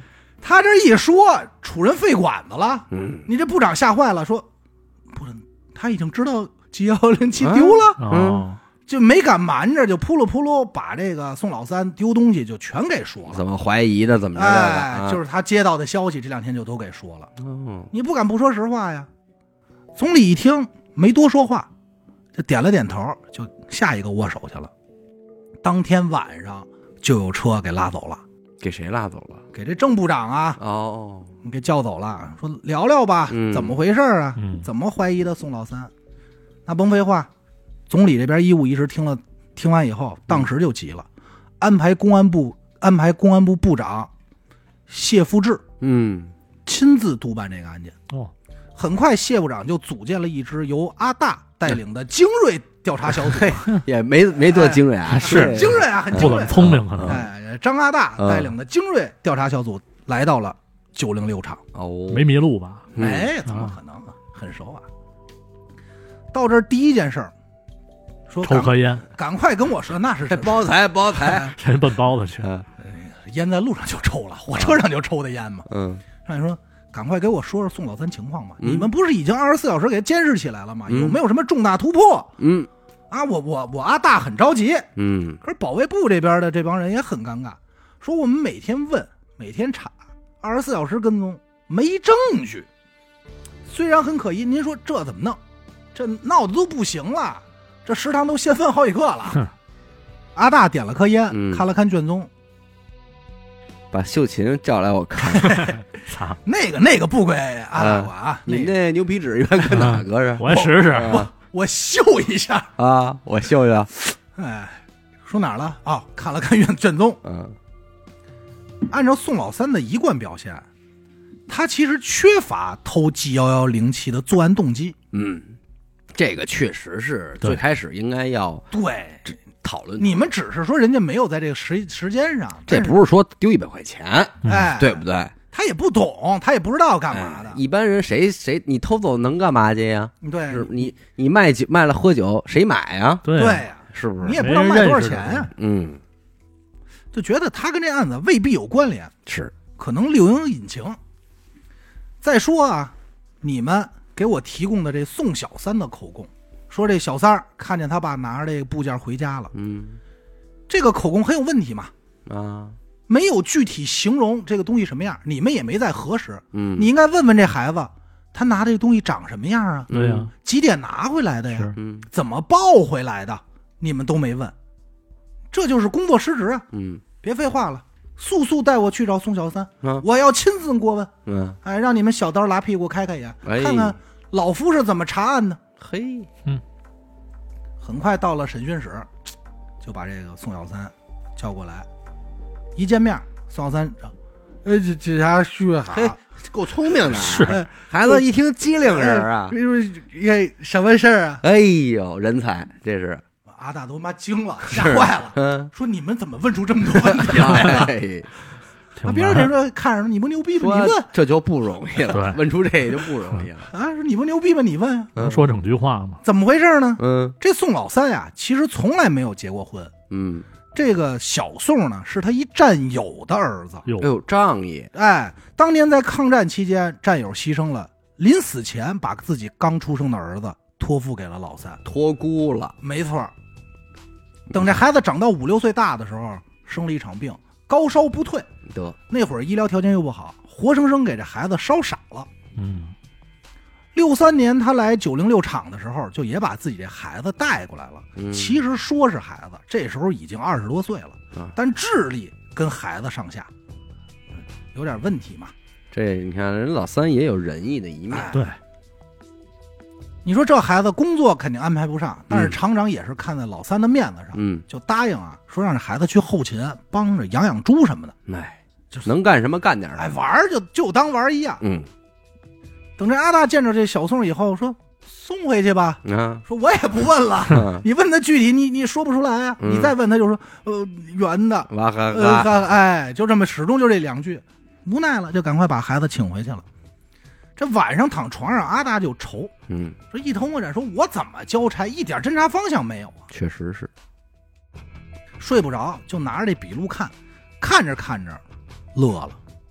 他这一说，楚人废馆子了。 嗯， 你这部长吓坏了，说不是，他已经知道 G 一零七丢了， 哦， 就没敢瞒着，就扑噜扑噜把这个宋老三丢东西就全给说了。 怎么怀疑的，怎么着的？ 哎， 啊就是他接到的消息，这两天就都给说了。 哦， 你不敢不说实话呀。总理一听没多说话，就点了点头，就下一个握手去了。当天晚上就有车给拉走了， 给谁拉走了？ 给这郑部长啊， 哦， 你给叫走了，说聊聊吧， 嗯怎么回事啊？ 嗯怎么怀疑的宋老三？那甭废话，总理这边一五一十听了，听完以后，当时就急了，安排公安部安排公安部部长谢富治嗯， 亲自督办这个案件。 哦， 很快，谢部长就组建了一支由阿大带领的精锐调查小组， 也没没多精锐啊， 是精锐啊，很不精锐。 怎么聪明可能， 哎，张阿大带领的精锐调查小组来到了九零六厂。 哦， 没迷路吧？ 嗯哎，怎么可能啊？很熟啊。到这儿第一件事儿，说赶抽颗烟， 赶快跟我说，那是这包财包财， 谁奔包子去？ 嗯烟在路上就抽了，火车上就抽的烟嘛。 嗯上来说，赶快给我说说宋老三情况吧。 嗯你们不是已经二十四小时给监视起来了吗？ 嗯有没有什么重大突破嗯啊？我我我阿大很着急， 嗯可是保卫部这边的这帮人也很尴尬，说我们每天问，每天查，二十四小时跟踪，没证据。虽然很可疑，您说这怎么弄？这闹得都不行了，这食堂都先分好几个哼了。阿大点了颗烟， 嗯看了看卷宗， 把秀琴叫来我看， 操， 那个那个不归阿大管啊， 你那个那牛皮纸原搁哪搁着？ 我也试试。 啊我秀一下。 啊，我秀秀， 哎，说哪儿了？哦，看了看卷卷宗， 嗯按照宋老三的一贯表现，他其实缺乏偷 G 一一零七的作案动机。 嗯，这个确实是对最开始应该要对， 讨论的， 你们只是说人家没有在这个时时间上， 这但是不是说丢一百块钱， 哎， 对不对？ 他也不懂，他也不知道干嘛的。 哎一般人谁谁你偷走能干嘛去呀？ 对是你你卖酒卖了喝酒，谁买呀？ 对对呀， 是不是？ 你也不知道卖多少钱呀， 嗯， 就觉得他跟这案子未必有关联， 是， 可能另有隐情。再说啊，你们给我提供的这宋小三的口供，说这小三儿看见他爸拿着这个部件回家了， 嗯这个口供很有问题嘛， 啊， 没有具体形容这个东西什么样，你们也没在核实。 嗯， 你应该问问这孩子，他拿这个东西长什么样啊？ 对呀， 几点拿回来的呀？ 是嗯怎么抱回来的？你们都没问，这就是工作失职啊！ 嗯别废话了，速速带我去找宋小三， 啊我要亲自过问。 嗯， 哎，让你们小刀拉屁股开开眼， 哎看看老夫是怎么查案的。 嘿， 很快到了审讯室，就把这个宋小三叫过来。一见面，宋小三，呃，这这家旭嘿好， 够聪明的啊， 是哎孩子一听机灵人啊， 因为哎什么事儿啊？ 哎呦，人才，这是， 阿大都他妈惊了，吓坏了， 嗯， 说你们怎么问出这么多问题来了？ 哎， 挺那别人难人说看着你不牛逼吧？ 说你问这就不容易了， 对问出这也就不容易了， 啊，说你不牛逼吧？你问啊， 能说整句话吗？ 怎么回事呢？ 嗯这宋老三呀，其实从来没有结过婚。 嗯， 这个小宋呢，是他一战友的儿子。 哟哎，呦，仗义， 哎，当年在抗战期间，战友牺牲了，临死前把自己刚出生的儿子托付给了老三。 托孤了， 没错，等这孩子长到五六岁大的时候，生了一场病，高烧不退。 得， 那会儿医疗条件又不好，活生生给这孩子烧傻了。 嗯， 六三年他来九零六厂的时候，就也把自己这孩子带过来了。 嗯其实说是孩子，这时候已经二十多岁了， 啊但智力跟孩子上下，嗯有点问题嘛。 这你看人老三也有仁义的一面， 哎对， 你说这孩子工作肯定安排不上，但是厂长也是看在老三的面子上， 嗯， 就答应啊，说让这孩子去后勤帮着养养猪什么的， 哎， 就是能干什么干点儿， 哎，玩儿就就当玩儿一样。 嗯等这阿大见着这小宋以后，说送回去吧， 啊， 说我也不问了， 嗯你问他具体你你说不出来啊， 嗯你再问他就说呃圆的， 哇哈呃哈， 哎，就这么始终就这两句，无奈了就赶快把孩子请回去了。这晚上躺床上，阿大就愁， 嗯， 说一头摸着，说我怎么交差，一点侦查方向没有啊， 确实是， 睡不着，就拿着这笔录看，看着看着乐了，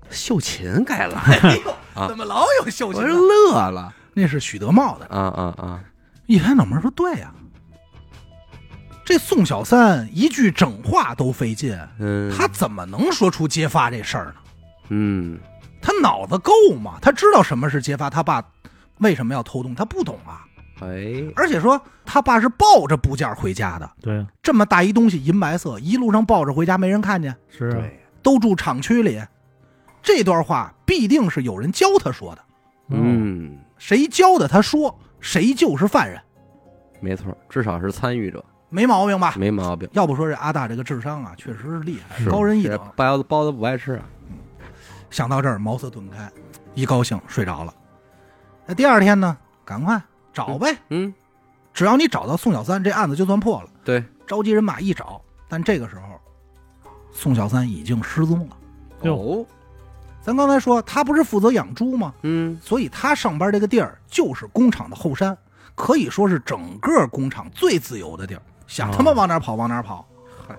秀琴该来， 哎呦， 啊怎么老有秀琴我呢？ 是乐了， 那是许德茂的。 啊啊啊！ 一拍脑门说：“对呀、啊，这宋小三一句整话都费劲， 嗯， 他怎么能说出揭发这事儿呢？ 嗯， 他脑子够吗？他知道什么是揭发，他爸为什么要偷东西，他不懂啊。 哎， 而且说他爸是抱着部件回家的， 对， 这么大一东西，银白色，一路上抱着回家，没人看见， 是啊， 对， 都住厂区里。这段话必定是有人教他说的， 嗯， 谁教的他说，谁就是犯人， 没错，至少是参与者， 没毛病吧？ 没毛病。 要不说这阿大这个智商啊，确实是厉害， 是高人一等。 包子包子不爱吃啊， 想到这儿，茅塞顿开，一高兴睡着了。那第二天呢，赶快找呗， 嗯， 只要你找到宋小三，这案子就算破了。 对， 召集人马一找，但这个时候，宋小三已经失踪了。 哦， 咱刚才说他不是负责养猪吗？ 嗯， 所以他上班这个地儿就是工厂的后山，可以说是整个工厂最自由的地儿，想他妈往哪跑往哪跑。 嗨，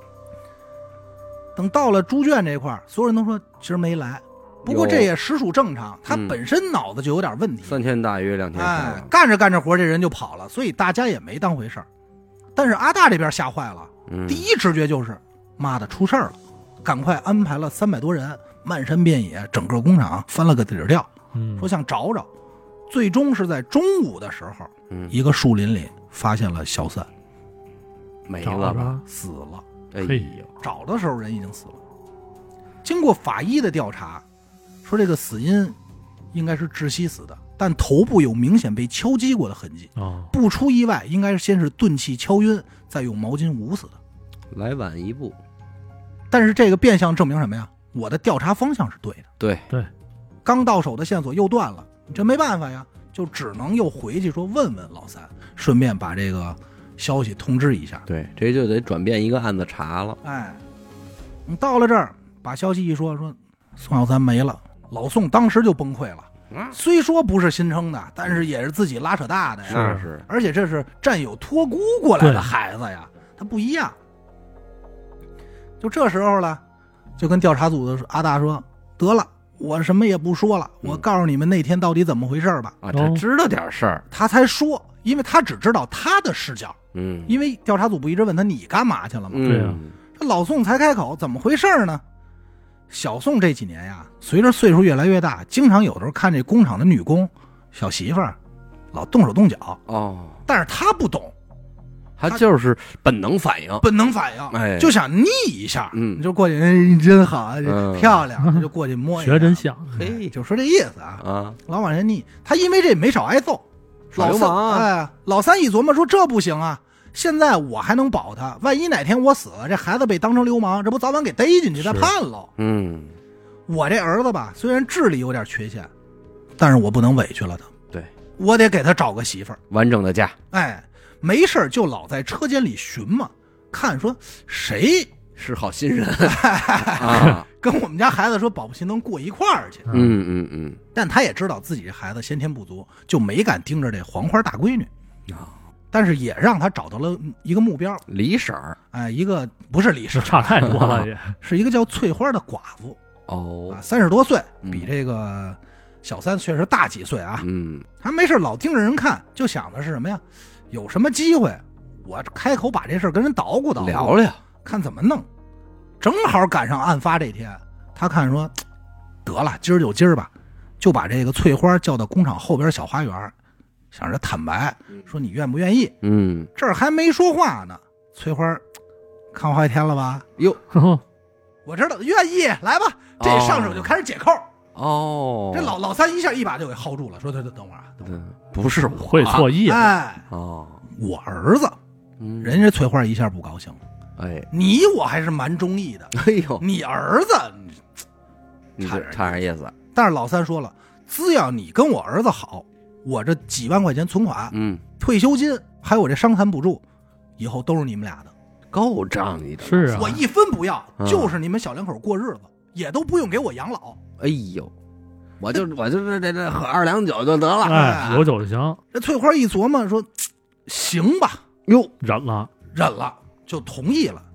等到了猪圈这块儿，所有人都说今儿没来，不过这也实属正常，他嗯本身脑子就有点问题。 三天大约两天哎晒网， 干着干着活，这人就跑了，所以大家也没当回事儿。但是阿大这边吓坏了， 嗯， 第一直觉就是妈的出事儿了，赶快安排了三百多人漫山遍野，整个工厂翻了个底儿掉， 嗯， 说想找找。最终是在中午的时候， 嗯， 一个树林里发现了小三， 没找着了吧？ 死了。 哎嘿呦， 找的时候人已经死了。经过法医的调查，说这个死因应该是窒息死的，但头部有明显被敲击过的痕迹， 哦， 不出意外，应该是先是钝器敲晕，再用毛巾捂死的。 来晚一步， 但是这个变相证明什么呀？我的调查方向是对的， 对， 对， 刚到手的线索又断了，这没办法呀，就只能又回去说问问老三，顺便把这个消息通知一下。 对，这就得转变一个案子查了。 哎，你到了这儿，把消息一说，说宋小三没了，老宋当时就崩溃了。 嗯虽说不是新生的，但是也是自己拉扯大的呀。 那是， 而且这是战友托孤过来对的孩子呀，他不一样。就这时候了，就跟调查组的阿大说：“得了，我什么也不说了， 嗯我告诉你们那天到底怎么回事吧。 啊，他知道点事儿。 他才说，因为他只知道他的视角， 嗯， 因为调查组不一直问他你干嘛去了吗？ 对啊嗯， 这老宋才开口，怎么回事呢？小宋这几年呀，随着岁数越来越大，经常有的时候看这工厂的女工小媳妇儿老动手动脚， 哦， 但是他不懂， 他就是本能反应。 本能反应， 哎就想腻一下， 嗯你就过去，哎，你真好， 嗯漂亮，就过去摸一下， 学真像， 嘿就说这意思啊， 啊， 老往人腻。他因为这没少挨揍， 耍老三流氓啊哎，老三一琢磨说这不行啊，现在我还能保他，万一哪天我死了，这孩子被当成流氓，这不早晚给逮进去再是判喽。 嗯， 我这儿子吧，虽然智力有点缺陷，但是我不能委屈了他， 对， 我得给他找个媳妇儿。 完整的家。 哎，没事就老在车间里寻嘛，看说谁是好心人啊。 跟我们家孩子说保不齐能过一块儿去。 嗯嗯嗯， 但他也知道自己这孩子先天不足，就没敢盯着这黄花大闺女啊。 但是也让他找到了一个目标， 李婶儿哎，一个不是李氏， 差太多了也， 是一个叫翠花的寡妇哦啊，，三十多岁， 嗯比这个小三确实大几岁啊。 嗯他没事老盯着人看，就想的是什么呀？有什么机会，我开口把这事儿跟人捣鼓捣鼓， 聊聊。 看怎么弄。正好赶上案发这天，他看说，得了，今儿就今儿吧，就把这个翠花叫到工厂后边小花园，想着坦白，说你愿不愿意？ 嗯， 这儿还没说话呢，翠花看我好几天了吧？ 哟我知道，愿意，来吧。这上手就开始解扣。 哦， 这老老三一下一把就给薅住了，说等等等会儿啊，等会儿。 嗯不是我会错意了， 哎， 哦， 我儿子， 嗯人家翠花一下不高兴了。 哎你我还是蛮中意的， 哎呦， 你儿子， 你这差点差点意思。 但是老三说了，只要你跟我儿子好，我这几万块钱存款、 嗯， 退休金，还有我这伤残补助，以后都是你们俩的， 够仗义的。 是啊， 我一分不要， 嗯就是你们小两口过日子，也都不用给我养老。 哎呦，我就我就是这这喝二两酒就得了。 哎，有酒就行， 这翠花一琢磨说，行吧， 哟， 忍了， 忍了，就同意了。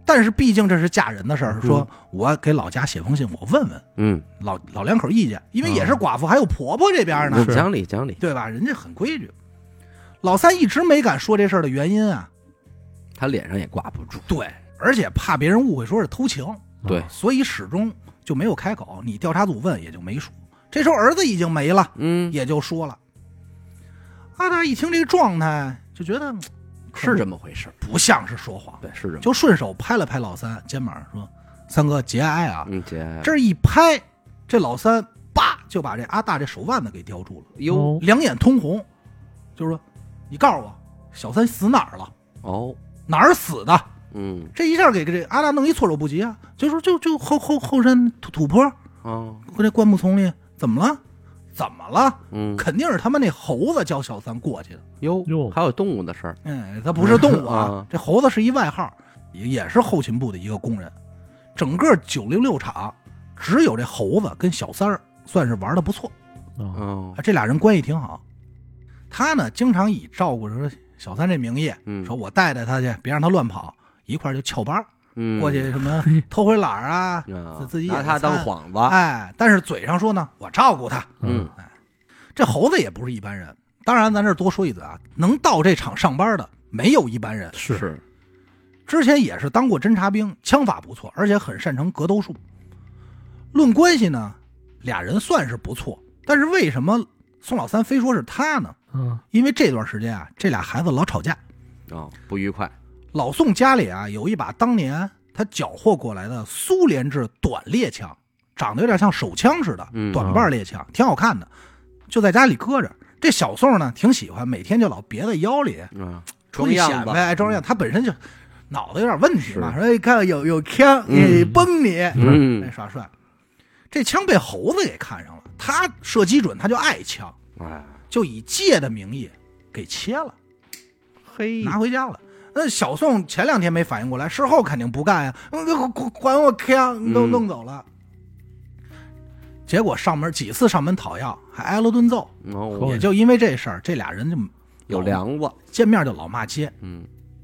但是毕竟这是嫁人的事儿，说我给老家写封信，我问问嗯， 老老两口意见，因为也是寡妇，还有婆婆这边呢， 讲理讲理， 对吧？人家很规矩。老三一直没敢说这事儿的原因啊， 他脸上也挂不住。 对，而且怕别人误会说是偷情， 对， 所以始终就没有开口。你调查组问也就没说。这时候儿子已经没了， 嗯， 也就说了。阿达一听这个状态，就觉得是这么回事， 不像是说谎， 对，是这么， 就顺手拍了拍老三肩膀，说：“三哥节哀啊。” 嗯，节哀。 这一拍，这老三叭就把这阿大这手腕子给叼住了， 哟， 两眼通红，就是说：“你告诉我，小三死哪儿了？ 哦， 哪儿死的？” 嗯， 这一下给这阿大弄一措手不及啊！就说就就后后后山土土坡， 哦， 和这灌木丛里怎么了？怎么了？ 嗯， 肯定是他们那猴子叫小三过去的。 哟哟， 还有动物的事儿。 哎，它不是动物啊， 啊这猴子是一外号，也也是后勤部的一个工人。整个九零六厂只有这猴子跟小三儿算是玩的不错， 哦， 这俩人关系挺好。他呢，经常以照顾着小三这名义， 嗯， 说我带带他去，别让他乱跑，一块儿就翘班， 嗯， 过去什么偷回懒儿啊， 啊自己拿他当幌子。 哎，但是嘴上说呢，我照顾他。 嗯， 哎，这猴子也不是一般人。当然，咱这多说一嘴啊，能到这厂上班的没有一般人。 是是， 之前也是当过侦察兵，枪法不错，而且很擅长格斗术。论关系呢，俩人算是不错，但是为什么宋老三非说是他呢？ 嗯， 因为这段时间啊，这俩孩子老吵架， 哦，不愉快。 老宋家里啊有一把当年他缴获过来的苏联制短猎枪，长得有点像手枪似的， 嗯短把猎枪，挺好看的，就在家里搁着。这小宋呢挺喜欢，每天就老别在腰里， 啊， 出去显装样子摆，装样。他本身就脑子有点问题嘛， 是说哎看有有枪，你崩你， 嗯哎耍帅。这枪被猴子给看上了，他射击准，他就爱枪， 哎， 就以借的名义给切了， 嘿， 拿回家了。那小宋前两天没反应过来，事后肯定不干呀，嗯还我枪，都弄走了。结果上门几次上门讨要，还挨了顿揍。 哦， 也就因为这事儿，这俩人就有梁子。 见面就老骂街。 嗯，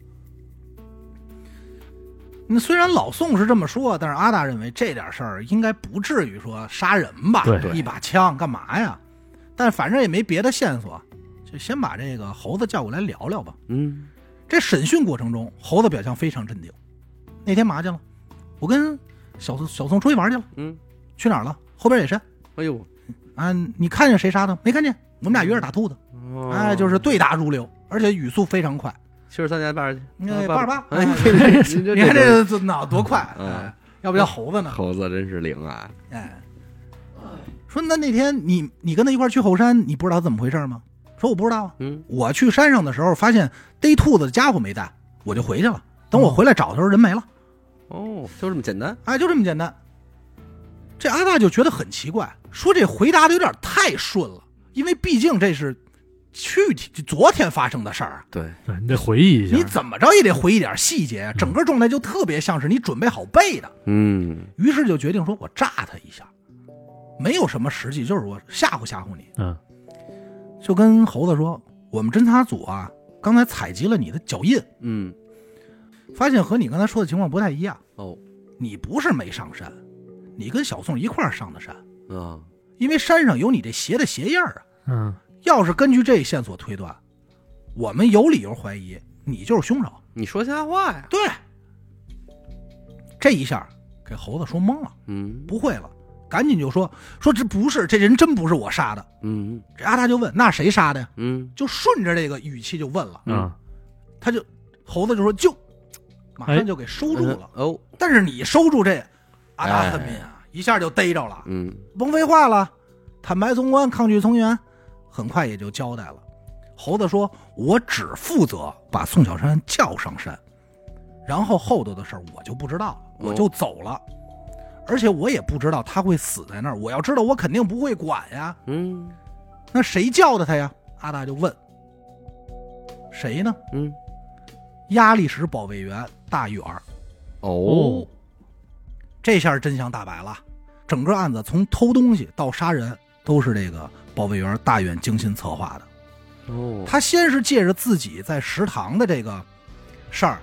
那虽然老宋是这么说，但是阿大认为这点事儿应该不至于说杀人吧？ 对， 一把枪干嘛呀？但反正也没别的线索，就先把这个猴子叫过来聊聊吧。 嗯， 这审讯过程中，猴子表现非常镇定。那天嘛去了？我跟小小宋出去玩去了。 嗯， 去哪儿了？后边野山。 哎呦， 啊，你看见谁杀的？没看见。我们俩约着打兔子。 哦、 哎，就是对答如流，而且语速非常快。 七十三加八十， 哎，八十八。 哎， 你看这这脑多快！ 嗯、 哎，要不叫猴子呢？ 猴子真是灵啊！ 哎，说那那天你你跟他一块去后山，你不知道怎么回事吗？说我不知道啊。 嗯， 我去山上的时候发现逮兔子的家伙没带，我就回去了。等我回来找的时候，人没了。 哦，就这么简单？ 哎，就这么简单。这阿大就觉得很奇怪，说这回答的有点太顺了，因为毕竟这是去昨天发生的事儿啊。 对， 你得回忆一下， 你怎么着也得回忆点细节，整个状态就特别像是你准备好背的。 嗯， 于是就决定说，我炸他一下，没有什么实际，就是我吓唬吓唬你。 嗯， 就跟猴子说，我们侦查组啊，刚才采集了你的脚印， 嗯， 发现和你刚才说的情况不太一样。 哦， 你不是没上山，你跟小宋一块儿上的山啊， 因为山上有你这鞋的鞋印啊。 嗯， 要是根据这线索推断，我们有理由怀疑你就是凶手。 你说瞎话呀？ 对，这一下给猴子说懵了， 嗯， 不会了，赶紧就说说这不是，这人真不是我杀的。 嗯， 这阿大就问那谁杀的呀？ 嗯， 就顺着这个语气就问了。 嗯， 他就猴子就说就，马上就给收住了。 哎、哦， 但是你收住这阿达恨敏啊，哎、一下就逮着了。 嗯， 甭废话了，坦白从宽，抗拒从严，很快也就交代了。猴子说：“我只负责把宋小山叫上山，然后后头的事儿我就不知道了，我就走了。哦、而且我也不知道他会死在那儿。我要知道，我肯定不会管呀。 嗯， 那谁叫的他呀？”阿大就问：“谁呢？” 嗯， 压力室保卫员大远儿。 哦， 这下真相大白了。整个案子从偷东西到杀人，都是这个保卫员大远精心策划的。 哦， 他先是借着自己在食堂的这个事儿，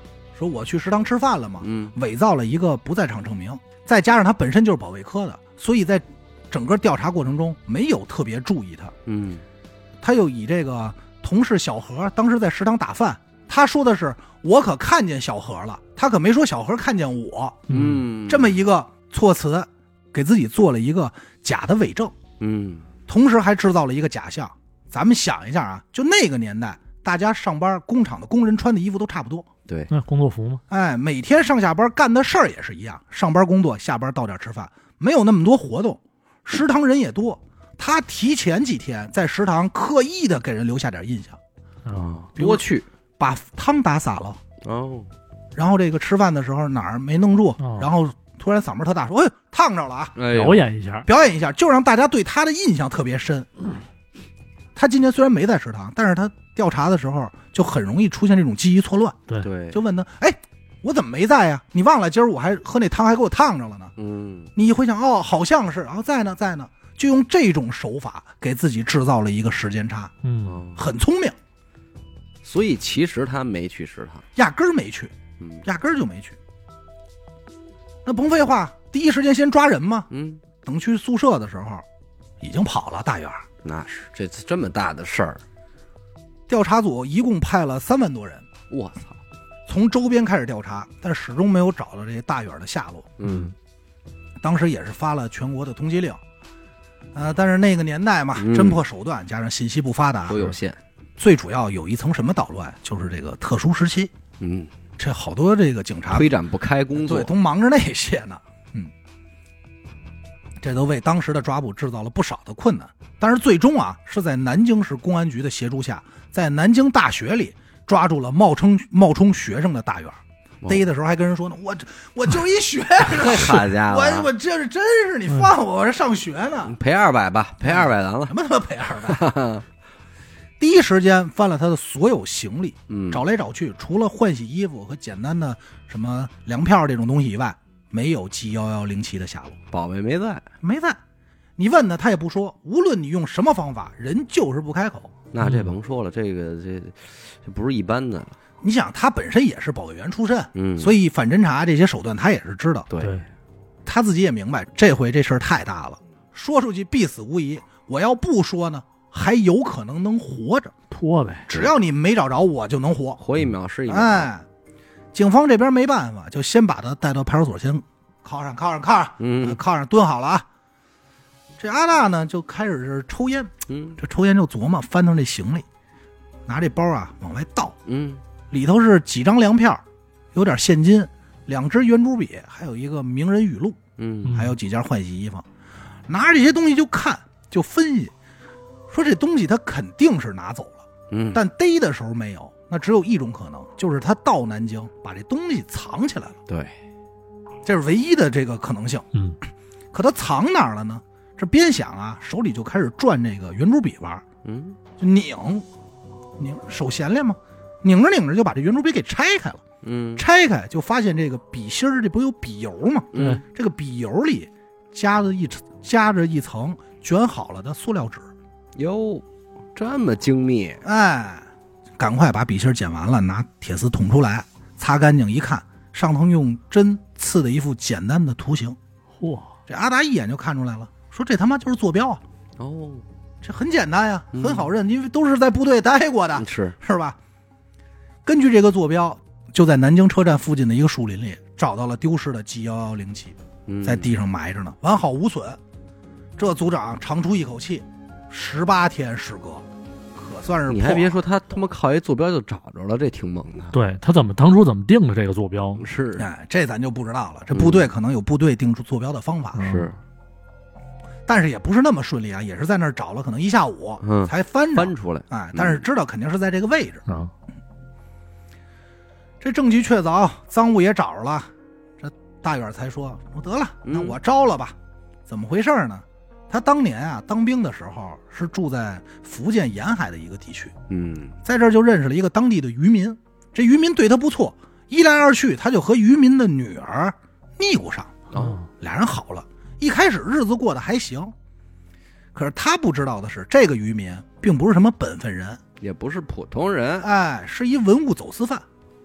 说我去食堂吃饭了嘛， 嗯伪造了一个不在场证明，再加上他本身就是保卫科的，所以在整个调查过程中没有特别注意他。 嗯他又以这个同事小何当时在食堂打饭，他说的是我可看见小何了，他可没说小何看见我， 嗯， 这么一个措辞，给自己做了一个假的伪证， 嗯同时还制造了一个假象。咱们想一下啊，就那个年代，大家上班工厂的工人穿的衣服都差不多， 对， 那工作服吗？ 哎，每天上下班干的事儿也是一样，上班工作，下班到点吃饭，没有那么多活动，食堂人也多。他提前几天在食堂刻意的给人留下点印象， 啊， 多去把汤打洒了， 哦， 然后这个吃饭的时候哪儿没弄住， 哦然后突然嗓门特大说：“哎，烫着了啊！” 哎呦表演一下， 表演一下，就让大家对他的印象特别深。他今年虽然没在食堂，但是他调查的时候就很容易出现这种记忆错乱， 对， 对， 就问他：“哎，我怎么没在呀？你忘了今儿我还喝那汤还给我烫着了呢？” 嗯你一回想，哦，好像是，然后在呢，在呢，就用这种手法给自己制造了一个时间差， 嗯， 哦， 很聪明， 所以其实他没去食堂， 压根儿没去， 嗯压根儿就没去。那甭废话，第一时间先抓人嘛。 嗯， 等去宿舍的时候，已经跑了大远儿。 那是这这么大的事儿， 调查组一共派了三万多人， 我操， 从周边开始调查，但始终没有找到这大远儿的下落。 嗯当时也是发了全国的通缉令，呃，但是那个年代嘛， 嗯侦破手段加上信息不发达， 都有限， 最主要有一层什么捣乱，就是这个特殊时期， 嗯， 这好多这个警察推展不开工作对，都忙着那些呢，嗯，这都为当时的抓捕制造了不少的困难。但是最终啊，是在南京市公安局的协助下，在南京大学里抓住了冒充冒充学生的大远儿。 哦逮的时候还跟人说呢，我这我就是一学生， 好家伙啊， 我我这是真是你放我，我这上学呢， 赔二百吧，赔二百咱了什，么他妈赔二百？第一时间翻了他的所有行李， 嗯， 找来找去，除了换洗衣服和简单的什么粮票这种东西以外，没有 G 一一零七的下落， 宝贝没在， 没在。你问他，他也不说。无论你用什么方法，人就是不开口。 那这甭说了，这个这这不是一般的了， 你想，他本身也是保卫员出身， 嗯， 所以反侦查这些手段他也是知道。 对， 对， 他自己也明白，这回这事儿太大了，说出去必死无疑。我要不说呢，还有可能能活着。 拖呗， 只要你没找着，我就能活。 活一秒是一秒， 哎，警方这边没办法，就先把他带到派出所，先铐上，铐上，铐上， 嗯铐上，蹲好了啊。这阿大呢，就开始是抽烟， 嗯这抽烟就琢磨，翻腾这行李，拿这包啊往外倒， 嗯， 里头是几张粮票，有点现金，两支圆珠笔，还有一个名人语录， 嗯还有几件换洗衣服。拿着这些东西就看，就分析，说这东西他肯定是拿走了， 嗯， 但逮的时候没有，那只有一种可能，就是他到南京把这东西藏起来了， 对， 这是唯一的这个可能性。 嗯， 可他藏哪儿了呢？这边想啊，手里就开始转这个圆珠笔玩， 嗯就拧，拧手闲练嘛，拧着拧着就把这圆珠笔给拆开了。 嗯拆开就发现这个笔芯儿，这不有笔油吗？ 嗯， 这个笔油里夹着一层夹着一层卷好了的塑料纸。 哟，这么精密， 哎，赶快把笔芯剪完了，拿铁丝捅出来，擦干净一看，上头用针刺的一幅简单的图形。 嚯， 这阿达一眼就看出来了，说这他妈就是坐标啊！ 哦， 这很简单呀， 嗯很好认，因为都是在部队待过的， 是， 是吧？根据这个坐标，就在南京车站附近的一个树林里找到了丢失的 G 一一零七， 嗯在地上埋着呢，完好无损。这组长长出一口气，十八天时隔，可算是破。 你还别说，他他妈靠一坐标就找着了，这挺猛的。 对他怎么当初怎么定的这个坐标？ 是哎，这咱就不知道了。这部队可能有部队定出坐标的方法， 嗯是， 但是也不是那么顺利啊，也是在那儿找了可能一下午， 嗯才翻着。 翻出来， 哎，但是知道肯定是在这个位置。 啊， 这证据确凿，赃物也找着了，这大远才说：“我得了，那嗯我招了吧。怎么回事呢？他当年啊当兵的时候是住在福建沿海的一个地区， 嗯在这儿就认识了一个当地的渔民。这渔民对他不错，一来二去他就和渔民的女儿腻咕上， 哦， 俩人好了。一开始日子过得还行，可是他不知道的是，这个渔民并不是什么本分人， 也不是普通人， 哎，是一文物走私犯。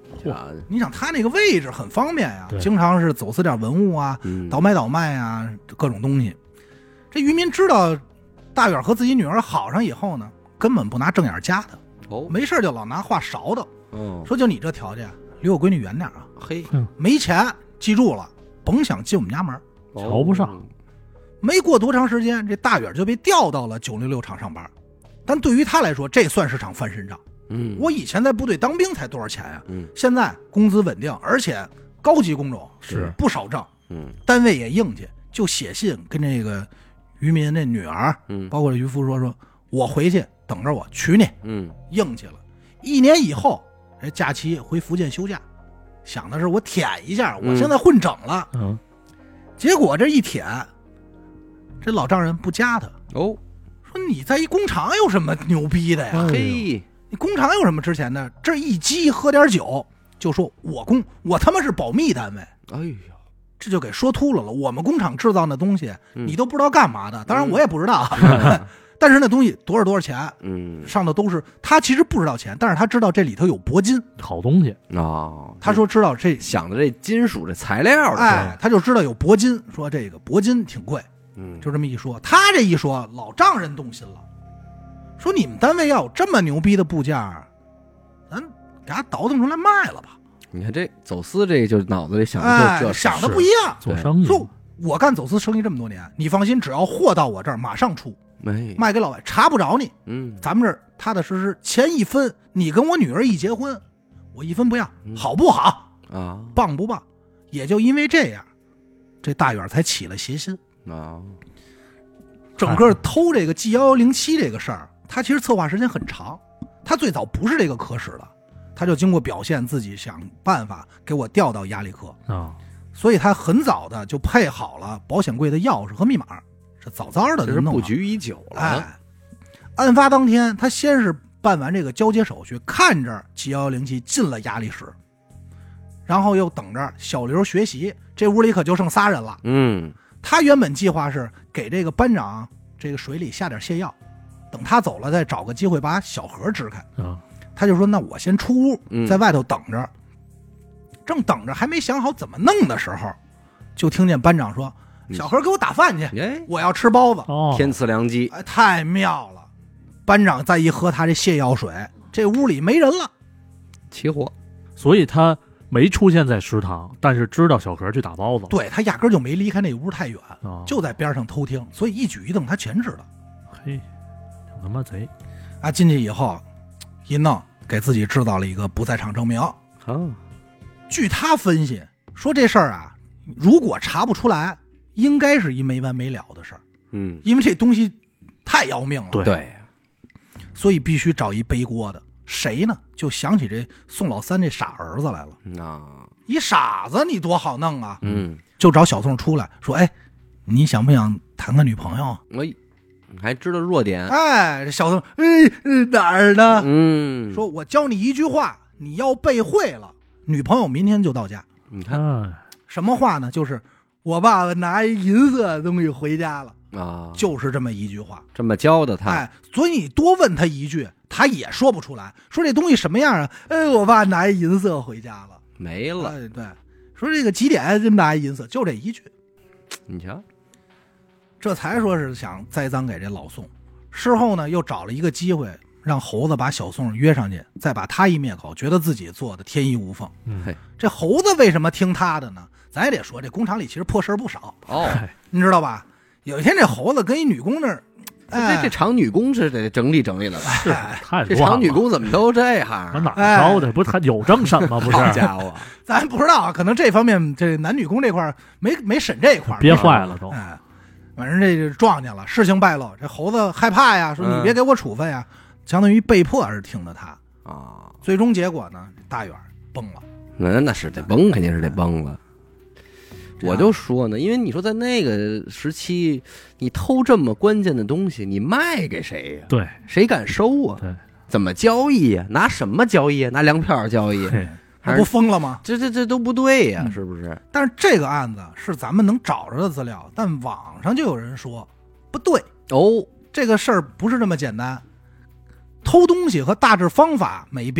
嚯， 你想他那个位置很方便呀， 对经常是走私点文物啊， 嗯倒买倒卖啊，各种东西。这渔民知道大远和自己女儿好上以后呢，根本不拿正眼夹他， 哦， 没事就老拿话勺他， 哦， 说就你这条件，离我闺女远点啊， 嘿， 没钱，记住了，甭想进我们家门。 瞧不上， 没过多长时间，这大远就被调到了九零六厂上班。但对于他来说，这算是场翻身仗。 嗯， 我以前在部队当兵才多少钱呀、 嗯现在工资稳定，而且高级工种， 是不少挣， 嗯单位也硬气，就写信跟这个渔民那女儿， 嗯包括这渔夫说说，我回去等着我娶你， 嗯硬气了。一年以后，这假期回福建休假，想的是我舔一下，我现在混整了。 嗯， 结果这一舔，这老丈人不加他， 哦， 说你在一工厂有什么牛逼的呀？ 哎呦嘿， 你工厂有什么值钱的？这一激喝点酒，就说我工我他妈是保密单位， 哎呦， 这就给说秃噜了。我们工厂制造那东西， 嗯你都不知道干嘛的，当然我也不知道，但是那东西多少多少钱， 嗯上头都是他其实不知道钱，但是他知道这里头有铂金， 好东西， 啊， 他说知道这， 想的这金属这材料的， 哎，他就知道有铂金，说这个铂金挺贵， 嗯， 就这么一说，他这一说，老丈人动心了，说你们单位要有这么牛逼的部件，咱给他倒腾出来卖了吧？ 你看这走私这就脑子里想的哎就这， 想的是不一样。 做生意说我干走私生意这么多年，你放心，只要货到我这儿，马上出， 没， 卖给老外，查不着你。 嗯， 咱们这儿踏踏实实，钱一分，你跟我女儿一结婚，我一分不要， 嗯好不好？ 啊棒不棒？也就因为这样，这大远才起了邪心。 啊， 整个偷这个 G 幺幺零七这个事儿，他其实策划时间很长。他最早不是这个科室的，他就经过表现自己想办法给我调到亚历克， 啊， 所以他很早的就配好了保险柜的钥匙和密码，是早早的这是就弄了布局已久了， 哎，案发当天，他先是办完这个交接手续，看着 G 幺幺零七进了压力室，然后又等着小刘学习。这屋里可就剩仨人了。 嗯他原本计划是给这个班长这个水里下点泻药，等他走了再找个机会把小盒支开。 啊， 他就说：“那我先出屋， 嗯在外头等着。”正等着还没想好怎么弄的时候，就听见班长说：“小何给我打饭去， 哎， 我要吃包子。” 哦， 天赐良机， 哎，太妙了！班长再一喝他这泻药水，这屋里没人了。 起火， 所以他没出现在食堂，但是知道小何去打包子， 对他压根就没离开那屋太远， 啊， 就在边上偷听，所以一举一动他全知道。 嘿，他妈贼， 啊，进去以后一弄，给自己制造了一个不在场证明。 啊， 据他分析说，这事儿啊，如果查不出来，应该是一没完没了的事儿， 嗯， 因为这东西太要命了。 对对， 所以必须找一背锅的。谁呢？就想起这宋老三这傻儿子来了。 那， 一傻子你多好弄啊！ 嗯， 就找小宋出来说：“哎，你想不想谈个女朋友啊哎，你还知道弱？”点， 哎，这小宋，哎，呃哪儿呢？ 嗯， 说我教你一句话，你要背会了，女朋友明天就到家。 你看哎， 什么话呢？就是我爸爸拿一银色的东西回家了， 啊， 就是这么一句话。 这么教的他， 哎，所以你多问他一句，他也说不出来。说这东西什么样啊？哎，我爸拿一银色回家了。 没了， 哎，对，说这个几点就拿一银色，就这一句， 你瞧， 这才说是想栽赃给这老宋。事后呢，又找了一个机会，让猴子把小宋约上去，再把他一灭口，觉得自己做的天衣无缝。 嗯， 嘿这猴子为什么听他的呢？咱也得说，这工厂里其实破事儿不少， 哦， 哎， 你知道吧？有一天，这猴子跟一女工那儿，哎， 这这厂女工是得整理整理了吧？ 是哎这太乱了， 厂女工怎么都这样往哪哎儿招的？不是他有政审吗？不是， 好家伙， 咱不知道啊，可能这方面这男女工这块儿没没审这一块儿， 憋坏了都， 哎，反正这就撞见了，事情败露，这猴子害怕呀，说你别给我处分呀，相当于被迫是听的他。 啊， 最终结果呢，大远崩了。 那那是得崩，肯定是得崩了。 这样我就说呢，因为你说在那个时期，你偷这么关键的东西，你卖给谁呀？ 对谁敢收啊？ 对， 怎么交易呀？拿什么交易啊？拿粮票交易？ 嘿， 那不疯了吗？ 这这这都不对呀， 嗯是不是？ 但是这个案子是咱们能找着的资料，但网上就有人说不对， 哦， 这个事儿不是这么简单。偷东西和大致方法没变，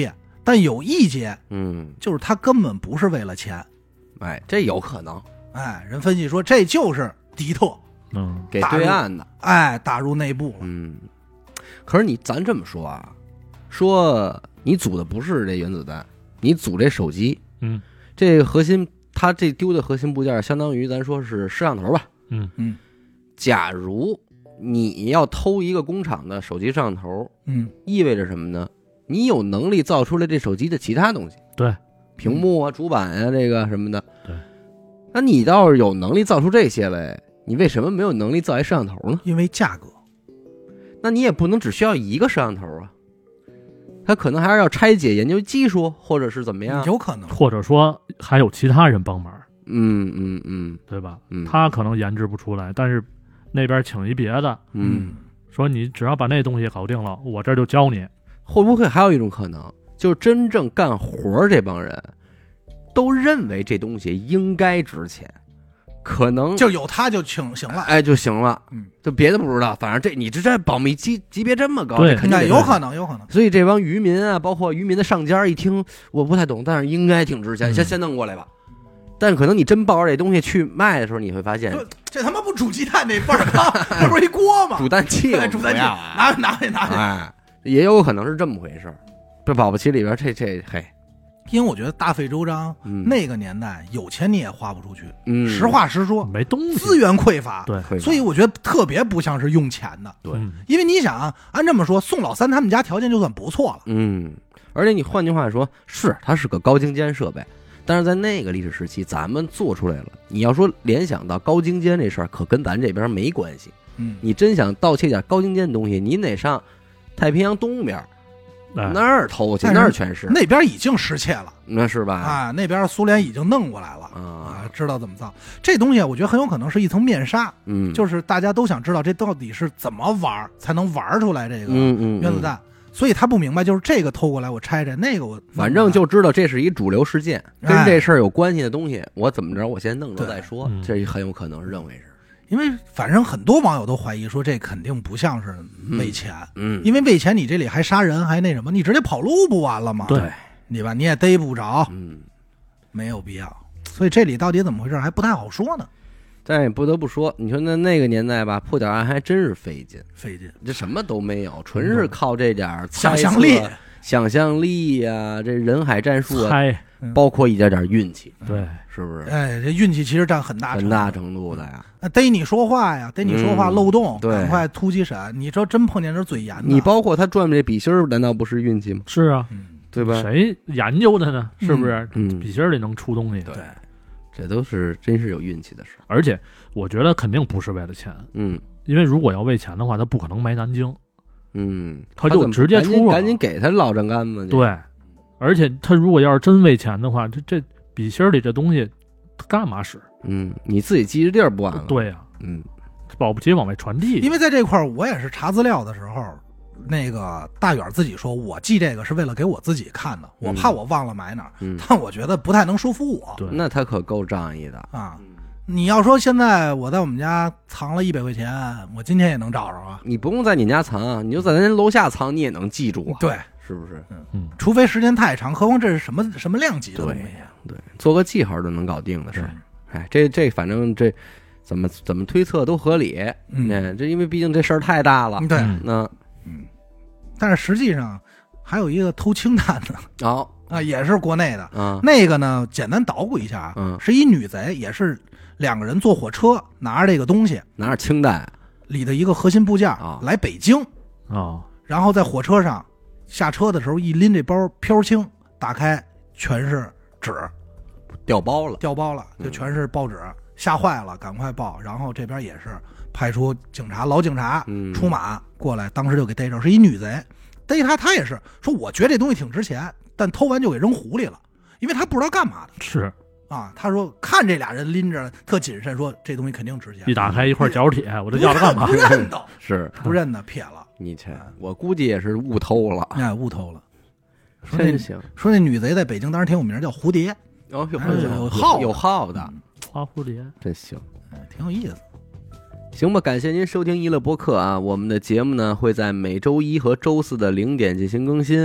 但有一节嗯， 就是他根本不是为了钱。 哎，这有可能哎，人分析说这就是敌特， 嗯， 给对岸的， 哎，打入内部了。 嗯。可是你咱这么说啊，说你组的不是这原子弹，你组这手机， 嗯， 这个核心，它这丢的核心部件相当于咱说是摄像头吧， 嗯嗯。 假如你要偷一个工厂的手机摄像头， 嗯， 意味着什么呢？你有能力造出来这手机的其他东西， 对， 屏幕啊、主板啊，这个什么的， 对。 那你倒是有能力造出这些来，你为什么没有能力造一摄像头呢？ 因为价格。 那你也不能只需要一个摄像头啊，他可能还是要拆解研究技术，或者是怎么样？ 有可能， 或者说还有其他人帮忙， 嗯嗯嗯， 对吧？ 嗯， 他可能研制不出来，但是那边请一别的， 嗯， 说你只要把那东西搞定了，我这就教你。 会不会还有一种可能，就是真正干活这帮人都认为这东西应该值钱，可能就有他就请行了， 哎就行了， 嗯， 就别的不知道，反正这你这这保密级级别这么高， 对这肯定得那有可能，有可能。 所以这帮渔民啊，包括渔民的上家一听，我不太懂，但是应该挺值钱， 嗯先先弄过来吧。但可能你真抱着这东西去卖的时候，你会发现， 这这他妈不煮鸡蛋那倍儿高，这不是一锅吗？ 煮蛋器， 对煮蛋器，拿拿去拿去。 哎，也有可能是这么回事儿。这保不齐里边这这嘿， 因为我觉得大费周章， 嗯那个年代有钱你也花不出去， 嗯， 实话实说， 没东西， 资源匮乏， 对， 会吧所以我觉得特别不像是用钱的。 对嗯因为你想啊，按这么说，宋老三他们家条件就算不错了， 嗯，而且你换句话说，是它是个高精尖设备，但是在那个历史时期，咱们做出来了。你要说联想到高精尖这事儿，可跟咱这边没关系。 嗯， 你真想盗窃点高精尖的东西，你得上太平洋东边哎那儿偷去， 但是那儿全是， 那边已经失窃了那是吧？ 啊，那边苏联已经弄过来了啊， 啊，知道怎么造这东西，我觉得很有可能是一层面纱， 嗯， 就是大家都想知道这到底是怎么玩才能玩出来这个嗯嗯， 原子弹，所以他不明白，就是这个偷过来我拆拆，那个我反正就知道这是一主流事件，跟哎这事儿有关系的东西，我怎么着，我先弄着再说， 对这很有可能是认为是， 因为反正很多网友都怀疑说这肯定不像是为钱， 嗯， 因为为钱你这里还杀人还那什么，你直接跑路不完了吗？ 对， 你吧你也逮不着， 嗯， 没有必要。所以这里到底怎么回事还不太好说呢， 但也不得不说，你说那那个年代吧，破点案还真是费劲， 费劲， 这什么都没有，纯是靠这点儿想象力、 想象力呀，这人海战术啊， 猜， 包括一点点运气， 对， 是不是？ 哎，这运气其实占很大很大程度的呀。 那逮你说话呀，逮你说话嗯漏洞， 对赶快突击审。你说真碰见这嘴严的， 你包括他转这笔芯儿，难道不是运气吗？ 是啊， 嗯， 对吧？ 谁研究的呢？是不是？ 嗯， 笔芯儿里能出东西， 对，这都是真是有运气的事儿。 而且我觉得肯定不是为了钱， 嗯因为如果要为钱的话，他不可能埋南京， 嗯， 他就怎么直接出了赶紧赶紧给他老丈杆子去。 对，而且他如果要是真为钱的话，这这笔芯儿里这东西他干嘛使？ 嗯，你自己记着地儿不完了。， 对呀、 嗯保不齐往外传递。 因为在这块儿我也是查资料的时候，那个大远自己说，我记这个是为了给我自己看的，我怕我忘了埋哪儿， 嗯， 但我觉得不太能说服我对， 那他可够仗义的。 啊。你要说现在我在我们家藏了一百块钱，我今天也能找着啊。 你不用在你家藏，你就在咱楼下藏，你也能记住啊。 对， 是不是？ 嗯， 除非时间太长，何况这是什么什么量级的东西呀？ 对，做个记号就能搞定的事儿。哎，这这反正这怎么怎么推测都合理。 嗯， 哎，这因为毕竟这事儿太大了。 对， 嗯那嗯，但是实际上还有一个偷氢弹的好啊，也是国内的。 啊， 那个呢，简单捣鼓一下啊， 嗯是一女贼，也是两个人坐火车，拿着这个东西拿着氢弹里的一个核心部件啊来北京， 哦， 然后在火车上下车的时候一拎这包飘轻，打开全是纸， 掉包了。 掉包了，就全是报纸，吓坏了，赶快报。然后这边也是派出警察，老警察嗯， 出马过来，当时就给逮着，是一女贼。逮他，他也是说，我觉得这东西挺值钱，但偷完就给扔湖里了，因为他不知道干嘛的是啊。他说看这俩人拎着特谨慎，说这东西肯定值钱。 一打开一块角铁，我这要它干嘛不？认得， 是不认得，撇了， 你这，我估计也是误偷了。 哎，误偷了。说那真行。 说那女贼在北京当时挺有名，叫蝴蝶， 哦，有哎有有号的有号的， 花蝴蝶， 真行。 哎，挺有意思。 行吧，感谢您收听娱乐播客啊！我们的节目呢会在每周一和周四的零点进行更新。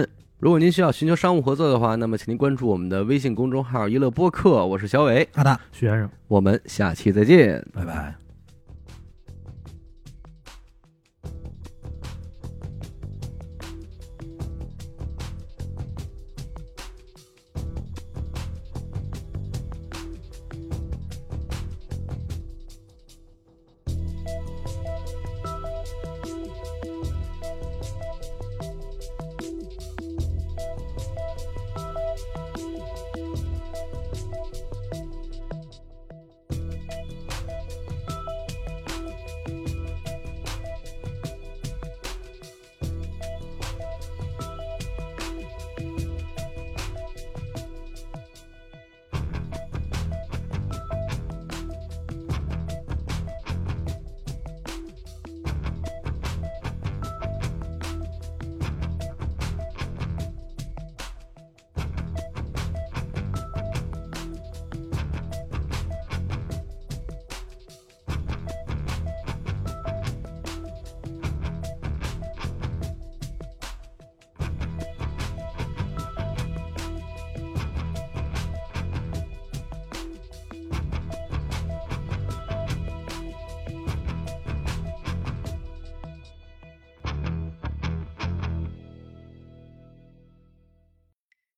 如果您需要寻求商务合作的话，那么请您关注我们的微信公众号“娱乐播客”，我是小伟， 阿达， 学生。 我们下期再见， 拜拜。